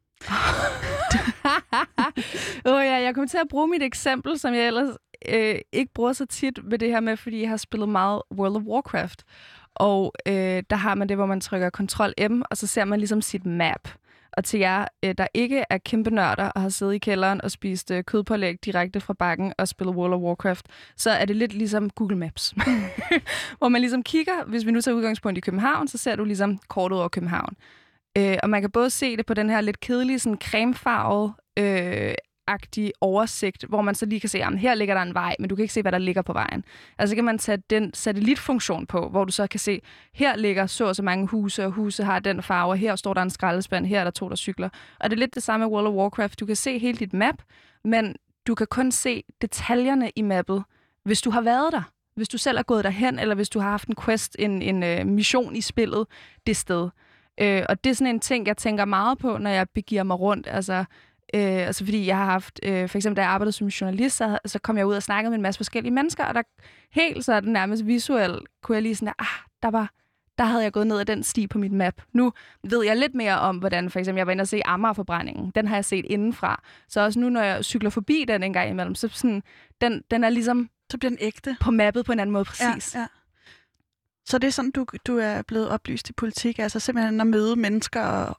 Jeg kommer til at bruge mit eksempel, som jeg ellers ikke bruger så tit ved det her med, fordi jeg har spillet meget World of Warcraft. Og der har man det, hvor man trykker Ctrl-M, og så ser man ligesom sit map. Og til jer, der ikke er kæmpe nørder og har siddet i kælderen og spist kødpålæg direkte fra bakken og spillet World of Warcraft, så er det lidt ligesom Google Maps. Hvor man ligesom kigger, hvis vi nu tager udgangspunkt i København, så ser du ligesom kortet over København. Og man kan både se det på den her lidt kedelige, sådan cremefarvede agtig oversigt, hvor man så lige kan se, at her ligger der en vej, men du kan ikke se, hvad der ligger på vejen. Altså kan man tage den satellitfunktion på, hvor du så kan se, her ligger så mange huse, og huset har den farve, og her står der en skraldespand, her er der 2, der cykler. Og det er lidt det samme med World of Warcraft. Du kan se hele dit map, men du kan kun se detaljerne i mappet, hvis du har været der. Hvis du selv er gået derhen, eller hvis du har haft en quest, en mission i spillet det sted. Og det er sådan en ting, jeg tænker meget på, når jeg begiver mig rundt. Altså fordi jeg har haft, for eksempel da jeg arbejdede som journalist, så kom jeg ud og snakkede med en masse forskellige mennesker, og der helt sådan nærmest visuelt kunne jeg lige sådan, der havde jeg gået ned ad den sti på mit map. Nu ved jeg lidt mere om, hvordan for eksempel jeg var inde og se Amagerforbrændingen. Den har jeg set indenfra. Så også nu, når jeg cykler forbi den en gang imellem, så sådan, den er ligesom så bliver den ægte på mappet på en anden måde, præcis. Ja. Så det er sådan, du er blevet oplyst i politik, altså simpelthen at møde mennesker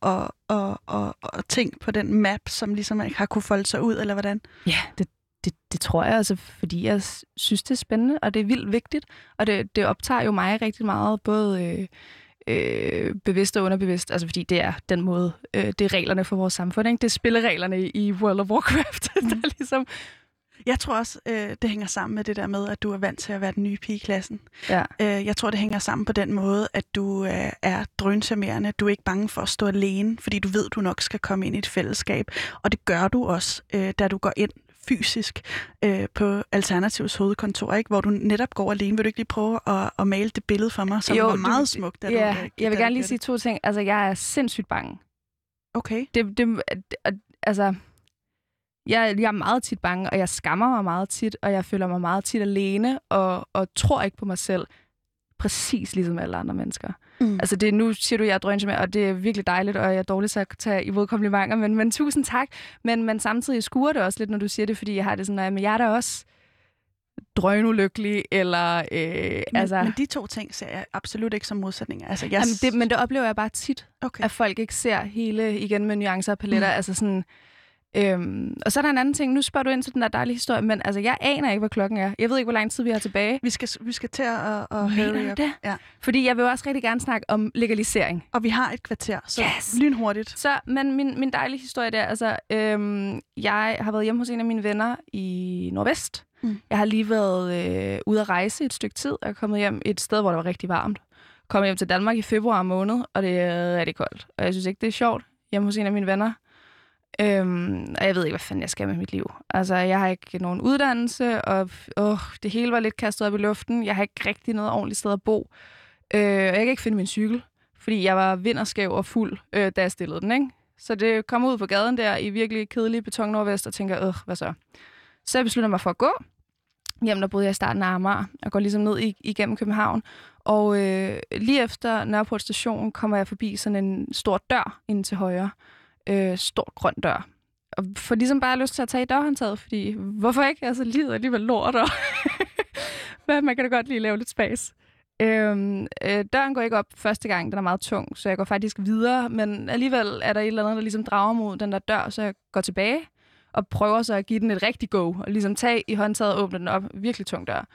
og ting på den map, som ligesom ikke har kunne folde sig ud, eller hvordan? Ja, det tror jeg, altså, fordi jeg synes, det er spændende, og det er vildt vigtigt, og det optager jo mig rigtig meget, både bevidst og underbevidst, altså fordi det er den måde, det er reglerne for vores samfund, ikke? Det er spillereglerne i World of Warcraft, der ligesom... Jeg tror også, det hænger sammen med det der med, at du er vant til at være den nye pige i klassen. Ja. Jeg tror, det hænger sammen på den måde, at du er drøncharmerende. Du er ikke bange for at stå alene, fordi du ved, du nok skal komme ind i et fællesskab. Og det gør du også, da du går ind fysisk på Alternativs hovedkontor, ikke? Hvor du netop går alene. Vil du ikke lige prøve at male det billede for mig, som var meget smukt? Da jeg vil gerne lige sige 2 ting. Altså, jeg er sindssygt bange. Okay. Altså... Jeg er meget tit bange, og jeg skammer mig meget tit, og jeg føler mig meget tit alene, og tror ikke på mig selv, præcis ligesom alle andre mennesker. Altså nu siger du, jeg er drønge med, og det er virkelig dejligt, og jeg er dårlig til at tage imod komplimenter, men tusind tak. Men samtidig skuer det også lidt, når du siger det, fordi jeg har det sådan, at jeg er da også drønulykkelig, eller... Men de 2 ting ser jeg absolut ikke som modsætninger. Altså, men det oplever jeg bare tit, at folk ikke ser hele, igen med nuancer og paletter, altså sådan... og så er der en anden ting. Nu spørger du ind til den der dejlige historie, men altså, jeg aner ikke, hvad klokken er. Jeg ved ikke, hvor lang tid vi har tilbage. Vi skal til at høre det. Ja. Fordi jeg vil også rigtig gerne snakke om legalisering. Og vi har et kvarter, så lynhurtigt. Så, men min dejlige historie der, altså, jeg har været hjemme hos en af mine venner i Nordvest. Jeg har lige været ude at rejse et stykke tid, og er kommet hjem et sted, hvor det var rigtig varmt. Kom hjem til Danmark i februar måned, og det er rigtig koldt. Og jeg synes ikke, det er sjovt hjemme hos en af mine venner. Og jeg ved ikke, hvad fanden jeg skal med mit liv. Altså, jeg har ikke nogen uddannelse, og det hele var lidt kastet op i luften. Jeg har ikke rigtig noget ordentligt sted at bo. Og jeg kan ikke finde min cykel, fordi jeg var vinderskæv og fuld, da jeg stillede den, ikke? Så det kom ud på gaden der i virkelig kedelig beton Nordvest, og tænker, hvad så? Så jeg beslutter mig for at gå. Jamen, der boede jeg i starten af Amager, og går ligesom ned igennem København. Og lige efter Nørreport station kommer jeg forbi sådan en stor dør ind til højre. Stor grøn dør. Og får ligesom bare lyst til at tage i dørhåndtaget, fordi hvorfor ikke? Altså, livet er alligevel lort, og man kan da godt lige lave lidt spas. Døren går ikke op første gang, den er meget tung, så jeg går faktisk videre, men alligevel er der et eller andet, der ligesom drager mod den der dør, så jeg går tilbage og prøver så at give den et rigtig go, og ligesom tage i håndtaget og åbne den op. Virkelig tung dør.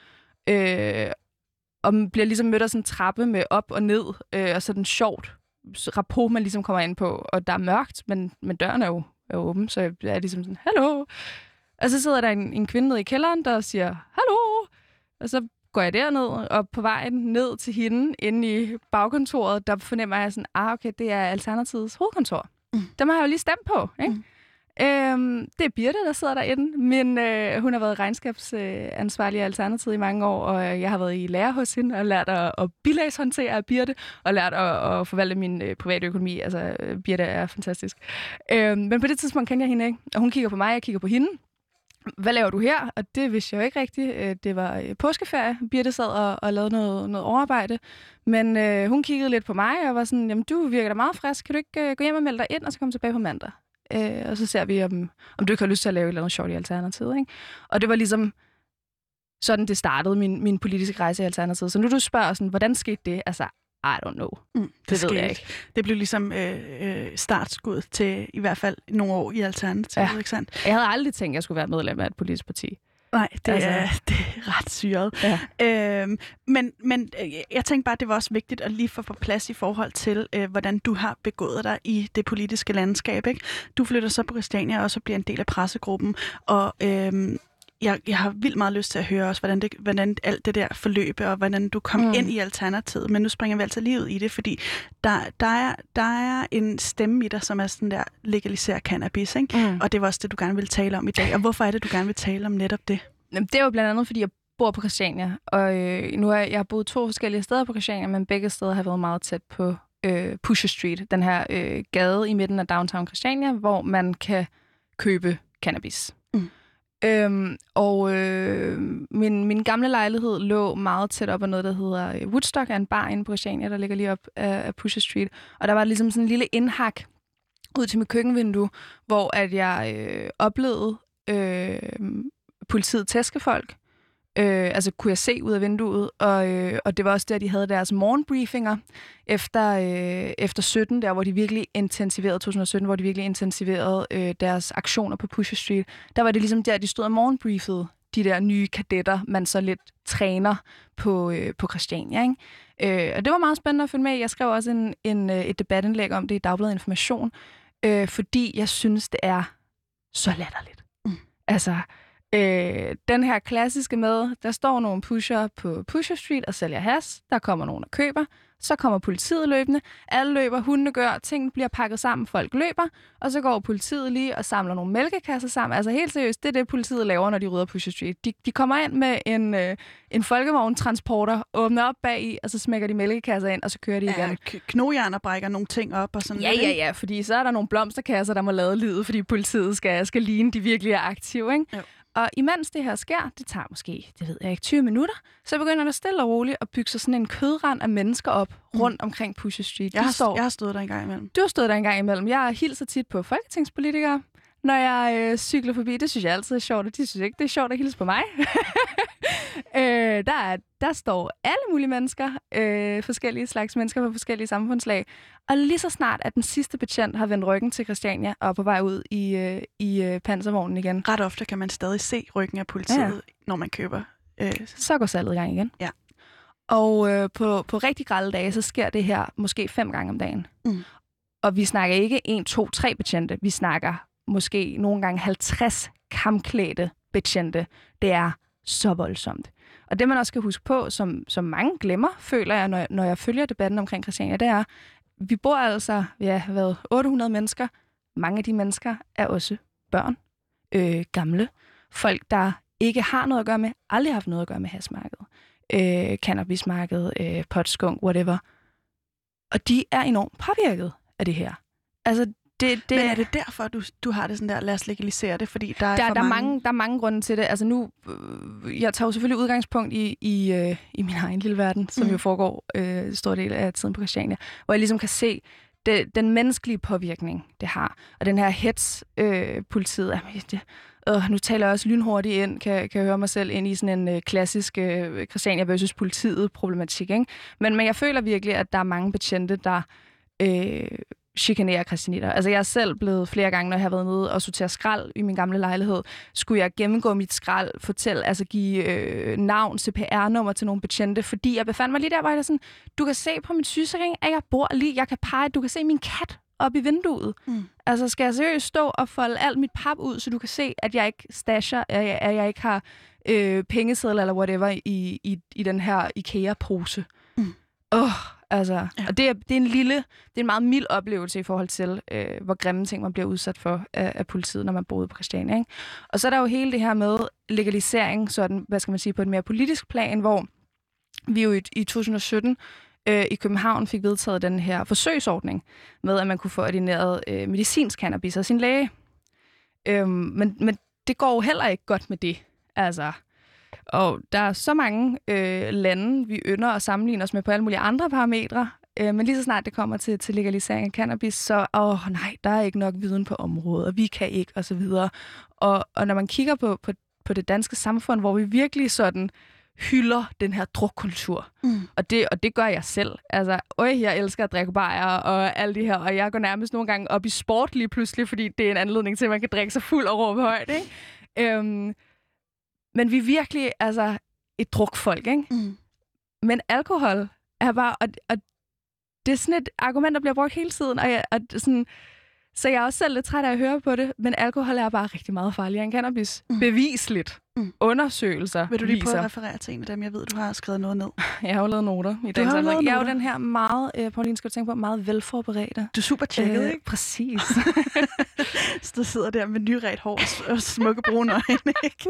Og bliver ligesom mødt af sådan en trappe med op og ned, og sådan sjovt rapport, man ligesom kommer ind på, og der er mørkt, men døren er jo åben, så jeg er ligesom sådan, hallo. Og så sidder der en kvinde nede i kælderen, der siger, hallo. Og så går jeg derned, og på vejen ned til hende, inde i bagkontoret, der fornemmer jeg sådan, okay, det er Alternativets hovedkontor. Dem har jeg jo lige stemt på, ikke? Det er Birte, der sidder derinde, men hun har været regnskabsansvarlig i Alternativet i mange år, og jeg har været i lærer hos hende og lært at bilagshåndtere af Birte, og lært at forvalte min private økonomi. Altså, Birte er fantastisk. Men på det tidspunkt kender jeg hende ikke, og hun kigger på mig, jeg kigger på hende. Hvad laver du her? Og det vidste jeg jo ikke rigtigt. Det var påskeferie. Birte sad og lavede noget overarbejde, men hun kiggede lidt på mig og var sådan, jamen du virker da meget frisk, kan du ikke gå hjem og melde dig ind, og så komme tilbage på mandag? Og så ser vi, om du ikke har lyst til at lave et eller andet sjovt i Alternativet, ikke? Og det var ligesom sådan, det startede min politiske rejse i Alternativet. Så nu du spørger sådan, hvordan skete det? Altså, I don't know. Det ved jeg ikke. Det blev ligesom startskud til i hvert fald nogle år i Alternativet, ikke sandt? Jeg havde aldrig tænkt, at jeg skulle være medlem af et politisk parti. Nej, det er ret syret. Ja. Men jeg tænkte bare, at det var også vigtigt at lige få på plads i forhold til, hvordan du har begået dig i det politiske landskab, ikke? Du flytter så på Christiania og så bliver en del af pressegruppen, og jeg har vildt meget lyst til at høre også, hvordan alt det der forløb, og hvordan du kom ind i Alternativet. Men nu springer vi altså lige ud i det, fordi der er en stemme i dig, som er sådan der, legalisere cannabis, ikke? Og det var også det, du gerne ville tale om i dag. Og hvorfor er det, du gerne vil tale om netop det? Det er jo blandt andet, fordi jeg bor på Christiania, og nu har jeg boet 2 forskellige steder på Christiania, men begge steder har været meget tæt på Pusher Street, den her gade i midten af downtown Christiania, hvor man kan købe cannabis. Min gamle lejlighed lå meget tæt op af noget, der hedder Woodstock, er en bar inde på Christiania, der ligger lige op af Pusher Street. Og der var ligesom sådan en lille indhak ud til mit køkkenvindue, hvor at jeg oplevede politiet tæske folk. Altså kunne jeg se ud af vinduet, og det var også der, de havde deres morgenbriefinger efter 17, der hvor de virkelig intensiverede, 2017, hvor de virkelig intensiverede deres aktioner på Pusher Street. Der var det ligesom der, de stod og morgenbriefede de der nye kadetter, man så lidt træner på Christiania, ikke? Og det var meget spændende at følge med. Jeg skrev også et debatindlæg om det i Dagbladet Information, fordi jeg synes, det er så latterligt. Altså, den her klassiske med, der står nogle pusher på Pusher Street og sælger hash, der kommer nogen og køber, så kommer politiet løbende, alle løber, hundene gør, tingene bliver pakket sammen, folk løber, og så går politiet lige og samler nogle mælkekasser sammen. Altså helt seriøst, det er det, politiet laver, når de rydder Pusher Street. De kommer ind med en folkevogntransporter, åbner op bagi, og så smækker de mælkekasser ind, og så kører de igen. Knogjern og brækker nogle ting op og sådan noget. Ja, fordi så er der nogle blomsterkasser, der må lade livet, fordi politiet skal ligne, de virkelig er aktive, ikke? Jo. Og imens det her sker, det tager måske, det ved jeg ikke, 20 minutter, så begynder der stille og roligt at bygge sig sådan en kødrand af mennesker op rundt omkring Pusher Street. Jeg har stået der en gang imellem. Du har stået der en gang imellem. Jeg hilser tit på folketingspolitikere, når jeg cykler forbi. Det synes jeg altid er sjovt, og de synes ikke, det er sjovt at hilse på mig. Der står alle mulige mennesker, forskellige slags mennesker på forskellige samfundslag. Og lige så snart, at den sidste betjent har vendt ryggen til Christiania og er på vej ud i panservognen igen. Ret ofte kan man stadig se ryggen af politiet, når man køber. Så går salget i gang igen. Ja. Og på rigtig grælde dage, så sker det her måske 5 gange om dagen. Og vi snakker ikke 1, 2, 3 betjente. Vi snakker måske nogle gange 50 kampklædte betjente. Det er så voldsomt. Og det, man også skal huske på, som mange glemmer, føler jeg, når jeg følger debatten omkring Christiania, det er, vi bor altså, 800 mennesker. Mange af de mennesker er også børn, gamle, folk, der ikke har noget at gøre med, aldrig har haft noget at gøre med hashmarkedet, cannabismarkedet, potskunk, whatever. Og de er enormt påvirket af det her. Altså, men er det derfor, du har det sådan der, lad os legalisere det, fordi der er mange grunde til det. Altså nu, jeg tager jo selvfølgelig udgangspunkt i min egen lille verden, som jo foregår en stor del af tiden på Christiania, hvor jeg ligesom kan se den menneskelige påvirkning, det har. Og den her hets, politiet, nu taler jeg også lynhurtigt ind, kan jeg høre mig selv ind i sådan en klassisk Christiania versus politiet problematik, ikke? Men jeg føler virkelig, at der er mange betjente, der chikanerer christianitter. Altså jeg er selv blevet flere gange, når jeg har været nede og sortere skrald i min gamle lejlighed, skulle jeg gennemgå mit skrald, give navn, CPR-nummer til nogle betjente, fordi jeg befandt mig lige der, hvor jeg er sådan, du kan se på min sygesikring, at jeg bor lige, jeg kan pege, du kan se min kat op i vinduet. Altså skal jeg seriøst stå og folde alt mit pap ud, så du kan se, at jeg ikke stasher, at jeg ikke har pengesedler eller whatever i den her IKEA-pose. Altså, ja. Og det er en meget mild oplevelse i forhold til, hvor grimme ting man bliver udsat for af politiet, når man bor ude på Christiania, ikke? Og så er der jo hele det her med legalisering, sådan, hvad skal man sige, på et mere politisk plan, hvor vi jo i 2017 i København fik vedtaget den her forsøgsordning med, at man kunne få ordineret medicinsk cannabis af sin læge. Men det går jo heller ikke godt med det, altså. Og der er så mange lande, vi ynder at sammenligne os med på alle mulige andre parametre, men lige så snart det kommer til legalisering af cannabis, så nej, der er ikke nok viden på området, og vi kan ikke, og så videre. Og når man kigger på det danske samfund, hvor vi virkelig sådan hylder den her drukkultur, og det gør jeg selv. Altså, jeg elsker at drikke bajer og alt det her, og jeg går nærmest nogle gange op i sport lige pludselig, fordi det er en anledning til, at man kan drikke sig fuld og råbe højt, ikke? Men vi er virkelig et drukfolk, ikke? Men alkohol er bare... Og det er sådan et argument, der bliver brugt hele tiden. Og sådan, Så jeg er også selv lidt træt af at høre på det, men alkohol er bare rigtig meget farligere end cannabis. Bevisligt. Undersøgelser Vil du lige prøve viser. at referere til en af dem? Jeg ved, du har skrevet noget ned. Jeg har jo lavet noter i dagens anledning. Jeg er jo den her meget, Pauline, skal du tænke på, meget velforberedte. Du er super tjekket, ikke? Præcis. Så du sidder der med nyret hår og smukke brune øjne, ikke?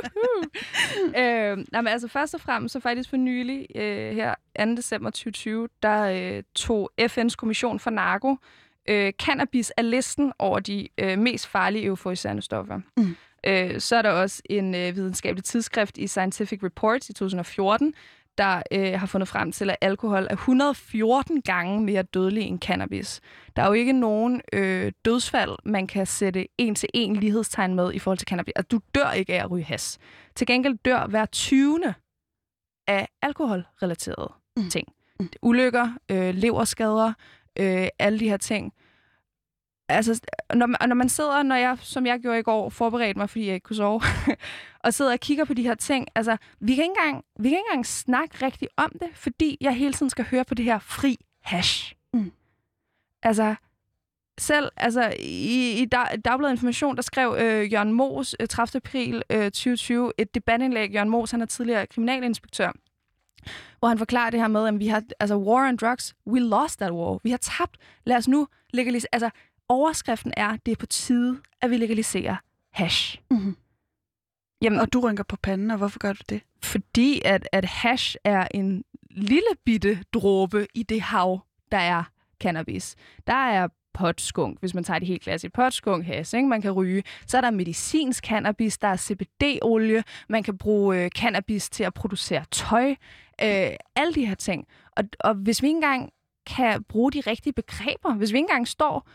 Men altså først og fremmest, så faktisk for nylig, her 2. december 2020, der tog FN's kommission for narko cannabis af listen over de mest farlige euforiserende stoffer. Så er der også en videnskabelig tidsskrift i Scientific Reports i 2014, der har fundet frem til, at alkohol er 114 gange mere dødelig end cannabis. Der er jo ikke nogen dødsfald, man kan sætte 1-til-1 lighedstegn med i forhold til cannabis. Altså, du dør ikke af at ryge hash. Til gengæld dør hver 20. af alkoholrelaterede ting. Ulykker, leverskader, alle de her ting. Altså, når man sidder, når jeg, som jeg gjorde i går, forberedte mig, fordi jeg ikke kunne sove, og sidder og kigger på de her ting, altså, vi kan ikke engang snakke rigtigt om det, fordi jeg hele tiden skal høre på det her fri hash. Altså, selv i Dagbladet Information, der skrev Jørgen Moos 30. april 2020 et debatindlæg. Jørgen Moos, han er tidligere kriminalinspektør, hvor han forklarer det her med, at vi har, altså, war on drugs, we lost that war. Vi har tabt. Lad os nu legalisere. Altså, overskriften er, det er på tide, at vi legaliserer hash. Jamen, og du rynker på panden, og hvorfor gør du det? Fordi at hash er en lille bitte dråbe i det hav, der er cannabis. Der er potskunk, hvis man tager det helt klassisk. Potskunk, hash, ikke? Man kan ryge. Så er der medicinsk cannabis, der er CBD-olie, man kan bruge cannabis til at producere tøj. Alle de her ting. Og hvis vi ikke engang kan bruge de rigtige begreber, hvis vi ikke engang står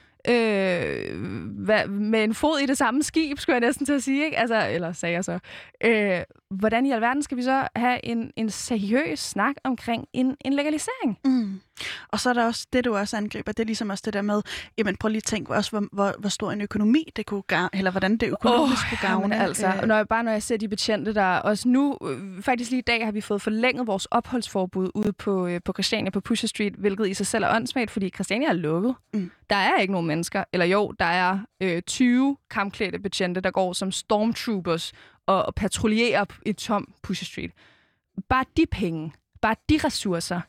med en fod i det samme skib, skulle jeg næsten til at sige, ikke? Altså, eller sagde jeg så. Hvordan i alverden skal vi så have en seriøs snak omkring en legalisering? Og så er der også det, du også angriber, det er ligesom også det der med, jamen prøv lige at tænke også, hvor stor en økonomi det kunne gavne, eller hvordan det økonomisk kunne gavne. Altså, når jeg ser de betjente, der også nu, faktisk lige i dag har vi fået forlænget vores opholdsforbud ude på Christiania på Pusher Street, hvilket i sig selv er åndssvagt, fordi Christiania er lukket. Der er ikke nogen mennesker, eller jo, der er 20 kampklædte betjente, der går som stormtroopers og patruljerer i tom Pusher Street. Bare de penge, bare de ressourcer,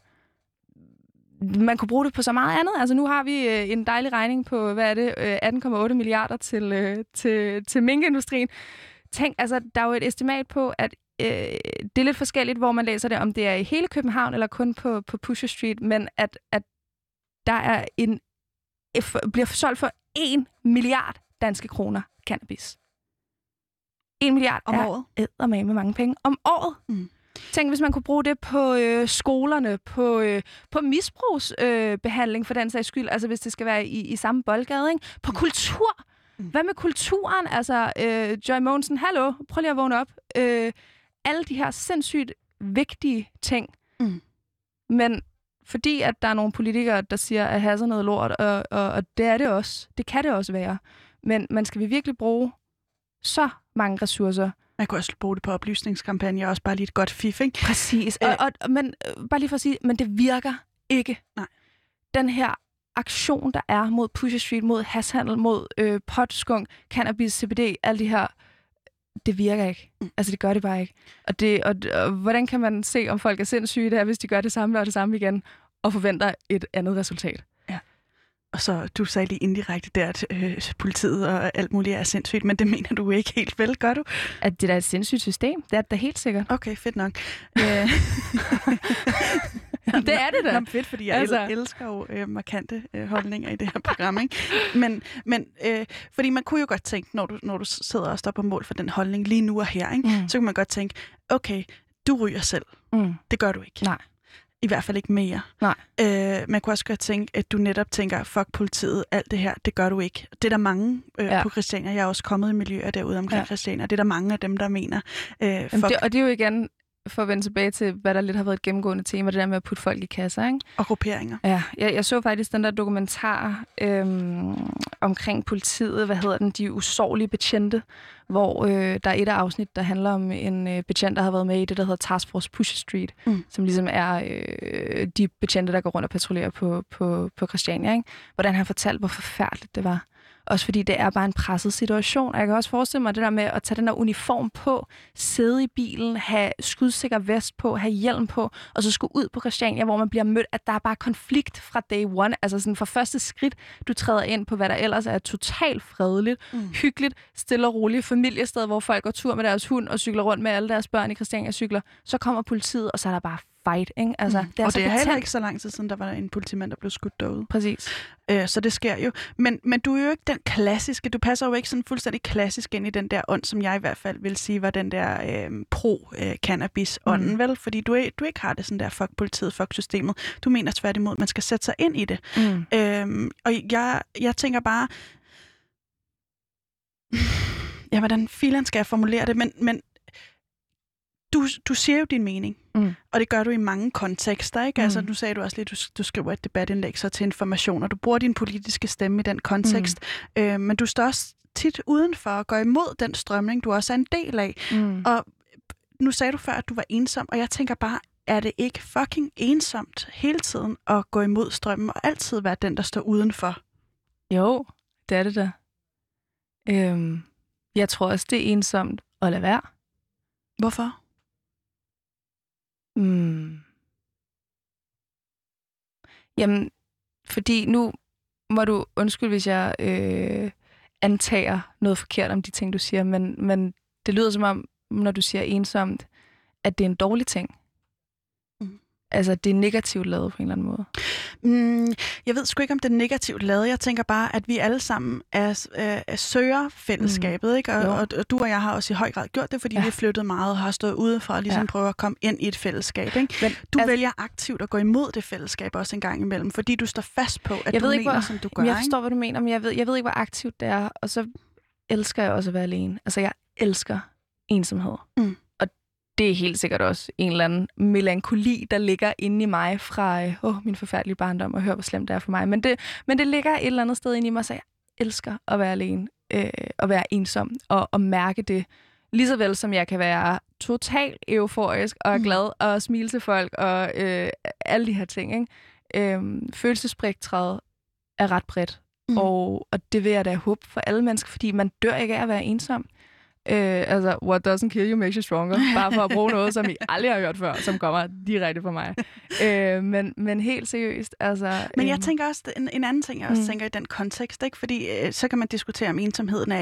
man kunne bruge det på så meget andet. Altså nu har vi en dejlig regning på, 18,8 milliarder til minkindustrien. Tænk, altså der er jo et estimat på, at det er lidt forskelligt, hvor man læser det, om det er i hele København eller kun på Pusher Street, men at der er bliver solgt for 1 milliard danske kroner cannabis. 1 milliard om året. Eddermame med mange penge om året. Tænk, hvis man kunne bruge det på skolerne, på misbrugsbehandling for den sags skyld, altså hvis det skal være i samme boldgade, ikke? På kultur. Hvad med kulturen? Altså, Joy Mogensen, hallo, prøv lige at vågne op. Alle de her sindssygt vigtige ting. Men fordi at der er nogle politikere, der siger, at hash er noget lort, og det er det også. Det kan det også være. Men skal vi virkelig bruge så mange ressourcer? Man kunne også bruge det på oplysningskampagner, også bare lige et godt fif, ikke? Præcis. Men bare lige for at sige, men det virker ikke. Nej. Den her aktion, der er mod Pusher Street, mod hashhandel, mod potskunk, cannabis, CBD, alle de her, det virker ikke. Altså, det gør det bare ikke. Og hvordan kan man se, om folk er sindssyge der, hvis de gør det samme og det samme igen, og forventer et andet resultat? Ja. Og så, du sagde lige indirekte der, at politiet og alt muligt er sindssygt, men det mener du ikke helt vel, gør du? At det er et sindssygt system, det er da helt sikkert. Okay, fedt nok. Det er det da. Fedt, fordi jeg elsker jo markante holdninger i det her program, ikke? Men fordi man kunne jo godt tænke, når du sidder og står på mål for den holdning lige nu og her, ikke? Så kan man godt tænke, okay, du ryger selv. Det gør du ikke. Nej. I hvert fald ikke mere. Nej. Man kunne også godt tænke, at du netop tænker, fuck politiet, alt det her, det gør du ikke. Det er der mange på Christiania. Jeg er også kommet i miljøer derude omkring Christiania. Det er der mange af dem, der mener. Og det er jo igen, for at vende tilbage til, hvad der lidt har været et gennemgående tema, det der med at putte folk i kasser, ikke? Og grupperinger. Ja, jeg så faktisk den der dokumentar omkring politiet, De usårlige betjente, hvor der er et af afsnit, der handler om en betjent, der har været med i det, der hedder Task Force Pusher Street, som ligesom er de betjente, der går rundt og patruljerer på Christiania, ikke? Hvordan han fortalte, hvor forfærdeligt det var. Også fordi det er bare en presset situation. Og jeg kan også forestille mig det der med at tage den der uniform på, sidde i bilen, have skudsikker vest på, have hjelm på, og så skulle ud på Christiania, hvor man bliver mødt, at der er bare konflikt fra day one. Altså sådan fra første skridt, du træder ind på, hvad der ellers er totalt fredeligt, hyggeligt, stille og roligt familiested, hvor folk går tur med deres hund og cykler rundt med alle deres børn i Christiania-cykler. Så kommer politiet, og så er der bare fight, ikke? Altså, det er og så det er heller ikke så lang tid siden, der var en politimand, der blev skudt derude. Præcis. Så det sker jo. Men du er jo ikke den klassiske, du passer jo ikke sådan fuldstændig klassisk ind i den der ånd, som jeg i hvert fald vil sige var den der pro-cannabis-ånden, vel? Fordi du ikke har det sådan der, fuck politiet, fuck systemet. Du mener tværtimod, man skal sætte sig ind i det. Og jeg tænker bare, ja, hvordan filen skal jeg formulere det, men du siger jo din mening, og det gør du i mange kontekster, ikke? Altså, nu sagde du også lidt, du skriver et debatindlæg så til Information, og du bruger din politiske stemme i den kontekst, men du står også tit udenfor og går imod den strømning, du også er en del af. Og nu sagde du før, at du var ensom, og jeg tænker bare, er det ikke fucking ensomt hele tiden at gå imod strømmen, og altid være den, der står udenfor? Jo, det er det da. Jeg tror også, det er ensomt at lade være. Hvorfor? Jamen, fordi nu må du undskylde, hvis jeg antager noget forkert om de ting, du siger, men det lyder som om, når du siger ensomt, at det er en dårlig ting. Altså, det er negativt lavet på en eller anden måde. Jeg ved sgu ikke, om det er negativt lavet. Jeg tænker bare, at vi alle sammen søger fællesskabet, ikke? Og du og jeg har også i høj grad gjort det, fordi vi har flyttet meget og har stået udefra og ligesom prøver at komme ind i et fællesskab, ikke? Men du vælger aktivt at gå imod det fællesskab også en gang imellem, fordi du står fast på, at du mener, som du gør. Jeg forstår, hvad du mener, men jeg ved ikke, hvor aktivt det er. Og så elsker jeg også at være alene. Altså, jeg elsker ensomhed. Det er helt sikkert også en eller anden melankoli, der ligger inde i mig fra min forfærdelige barndom, og hør, hvor slemt det er for mig. Men det ligger et eller andet sted inde i mig, så jeg elsker at være alene, og være ensom, og mærke det. Lige så vel som jeg kan være totalt euforisk, og glad, og smile til folk, og alle de her ting. Ikke? Følelsesspektret er ret bredt, og det vil jeg da håbe for alle mennesker, fordi man dør ikke af at være ensom. Altså, what doesn't kill you makes you stronger. Bare for at bruge noget, som I aldrig har hørt før, som kommer direkte fra mig. Men helt seriøst, altså... Men jeg tænker også, en anden ting, jeg også tænker i den kontekst, ikke? Fordi så kan man diskutere, om ensomheden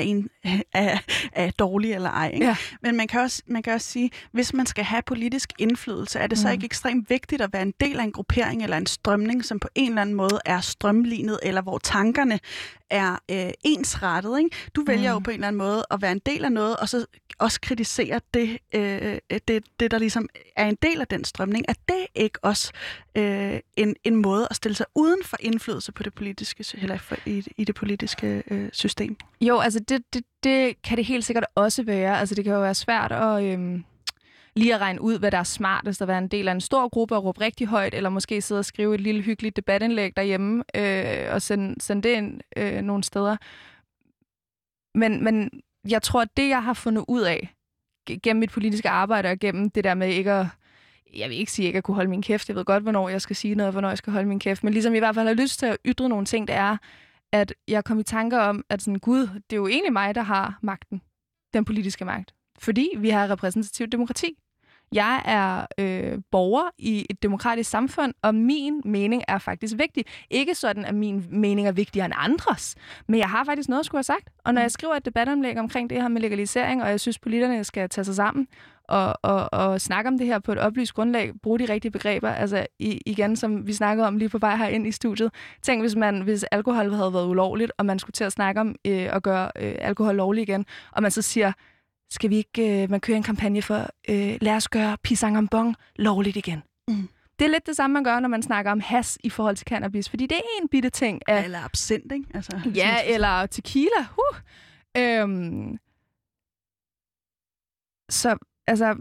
er dårlig eller ej. Ikke? Ja. Men man kan også sige, hvis man skal have politisk indflydelse, er det så ikke ekstremt vigtigt at være en del af en gruppering eller en strømning, som på en eller anden måde er strømlignet, eller hvor tankerne er ensrettet. Ikke? Du vælger jo på en eller anden måde at være en del af noget, og så også kritisere det, der ligesom er en del af den strømning. Er det ikke også en måde at stille sig uden for indflydelse på det politiske, eller i det politiske system? Jo, altså det kan det helt sikkert også være. Altså det kan jo være svært at... lige at regne ud, hvad der er smartest at være en del af en stor gruppe og råbe rigtig højt, eller måske sidde og skrive et lille hyggeligt debatindlæg derhjemme og sende det ind nogle steder. Men jeg tror, at det, jeg har fundet ud af gennem mit politiske arbejde og gennem det der med ikke at... Jeg vil ikke sige, at jeg ikke at kunne holde min kæft. Jeg ved godt, hvornår jeg skal sige noget, og hvornår jeg skal holde min kæft. Men ligesom i hvert fald har lyst til at ytre nogle ting, det er, at jeg kom i tanker om, at sådan, Gud, det er jo egentlig mig, der har magten. Den politiske magt. Fordi vi har repræsentativt demokrati. Jeg er borger i et demokratisk samfund, og min mening er faktisk vigtig. Ikke sådan, at min mening er vigtigere end andres, men jeg har faktisk noget at skulle have sagt. Og når jeg skriver et debatomlæg omkring det her med legalisering, og jeg synes, politikerne skal tage sig sammen og snakke om det her på et oplyst grundlag, bruge de rigtige begreber, altså igen, som vi snakkede om lige på vej herind i studiet. Tænk, hvis alkohol havde været ulovligt, og man skulle til at snakke om at gøre alkohol lovligt igen, og man så siger, skal vi ikke, man kører en kampagne for, lad os gøre pisang om bong lovligt igen. Det er lidt det samme, man gør, når man snakker om hash i forhold til cannabis, fordi det er en bitte ting af... Eller absint, ikke? Altså, ja, eller tequila. Så, altså,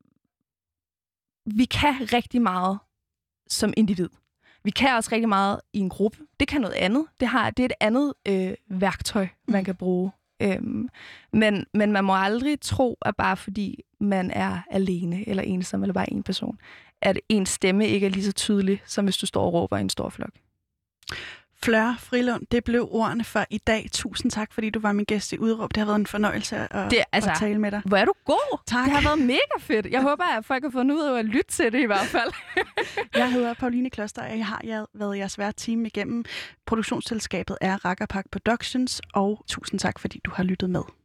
vi kan rigtig meget som individ. Vi kan også rigtig meget i en gruppe. Det kan noget andet. Det er et andet værktøj, man kan bruge. Men man må aldrig tro, at bare fordi man er alene eller ensom eller bare en person, at ens stemme ikke er lige så tydelig, som hvis du står og råber i en stor flok. Fleur Frilund, det blev ordene for i dag. Tusind tak, fordi du var min gæst i Udråb. Det har været en fornøjelse at tale med dig. Hvor er du god! Tak. Det har været mega fedt. Jeg håber, at folk har fundet ud af at lytte til det i hvert fald. Jeg hedder Pauline Kloster, og jeg har været jeres hver time igennem. Produktionsselskabet er Rakkerpak Productions, og tusind tak, fordi du har lyttet med.